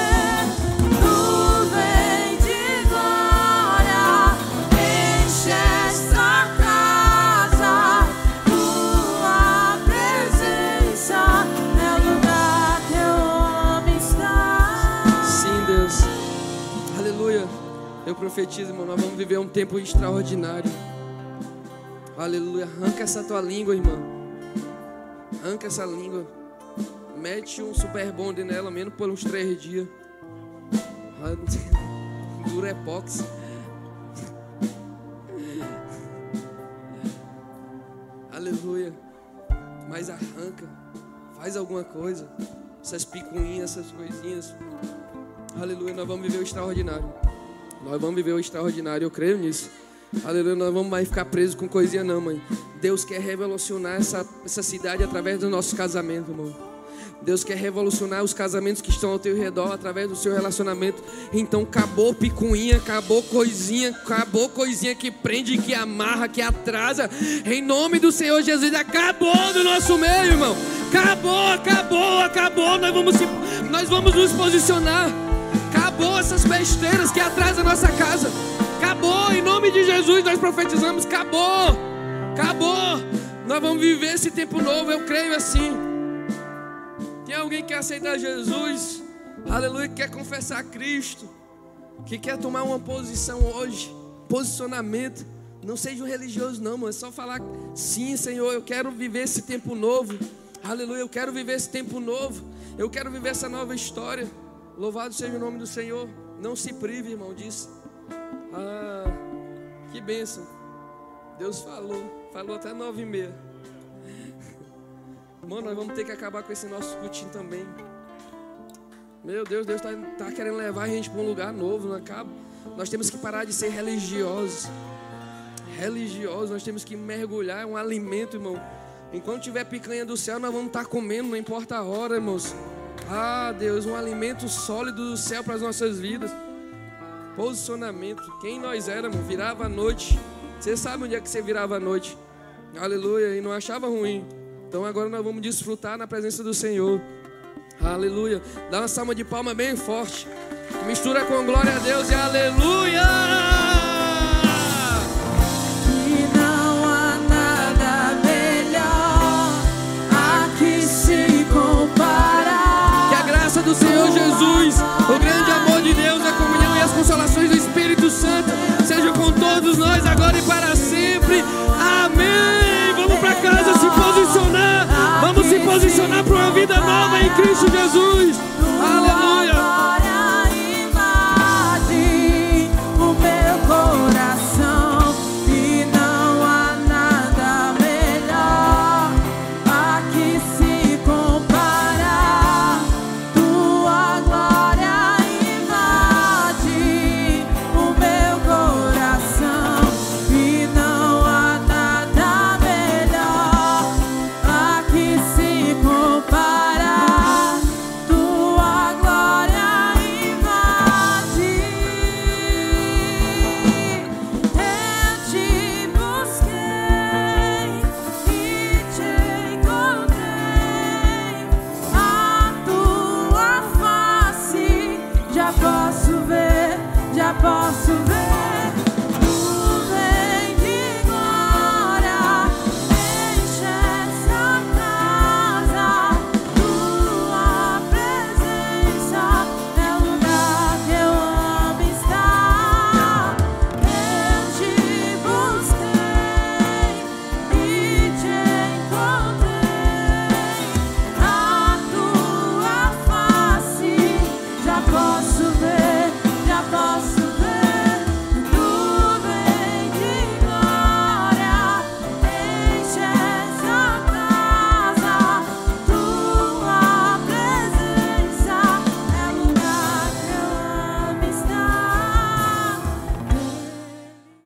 Nuvem de glória, enche essa casa. Tua presença é o lugar que eu amo estar. Sim, Deus. Aleluia. Eu profetizo, irmão, nós vamos viver um tempo extraordinário. Aleluia. Arranca essa tua língua, irmão. Arranca essa língua. Mete um super bonde nela, menos por uns três dias. Durepox. Aleluia. Mas arranca. Faz alguma coisa. Essas picuinhas, essas coisinhas. Aleluia. Nós vamos viver o extraordinário. Nós vamos viver o extraordinário. Eu creio nisso. Aleluia. Nós vamos mais ficar presos com coisinha não, mãe. Deus quer revolucionar essa, essa cidade através do nosso casamento, irmão. Deus quer revolucionar os casamentos que estão ao teu redor através do seu relacionamento. Então acabou picuinha, acabou coisinha, acabou coisinha que prende, que amarra, que atrasa. Em nome do Senhor Jesus, acabou do nosso meio, irmão. Acabou, acabou, acabou. Nós vamos, se, nós vamos nos posicionar. Acabou essas besteiras que atrasam a nossa casa. Acabou, em nome de Jesus nós profetizamos. Acabou, acabou. Nós vamos viver esse tempo novo, eu creio assim. Tem alguém que quer aceitar Jesus, aleluia, que quer confessar Cristo, que quer tomar uma posição hoje, posicionamento. Não seja um religioso não, mano. É só falar: sim, Senhor, eu quero viver esse tempo novo. Aleluia, eu quero viver esse tempo novo. Eu quero viver essa nova história. Louvado seja o nome do Senhor. Não se prive, irmão, disso. Ah, que bênção. Deus falou, falou até nove e meia. Mano, nós vamos ter que acabar com esse nosso cultinho também. Meu Deus, Deus está tá querendo levar a gente para um lugar novo, não acaba. Nós temos que parar de ser religiosos. Religiosos, nós temos que mergulhar, é um alimento, irmão. Enquanto tiver picanha do céu, nós vamos estar comendo, não importa a hora, irmãos. Ah, Deus, um alimento sólido do céu para as nossas vidas. Posicionamento. Quem nós éramos, virava a noite. Você sabe onde é que você virava a noite. Aleluia, e não achava ruim. Então agora nós vamos desfrutar na presença do Senhor. Aleluia. Dá uma salva de palma bem forte. Mistura com glória a Deus e aleluia. E não há nada melhor a que se comparar. Que a graça do Senhor Jesus, o grande amor de Deus, a comunhão e as consolações do Espírito Santo sejam com todos nós agora e para sempre. Amém. Vamos para casa se posicionar. Vamos se posicionar para uma vida nova em Cristo Jesus.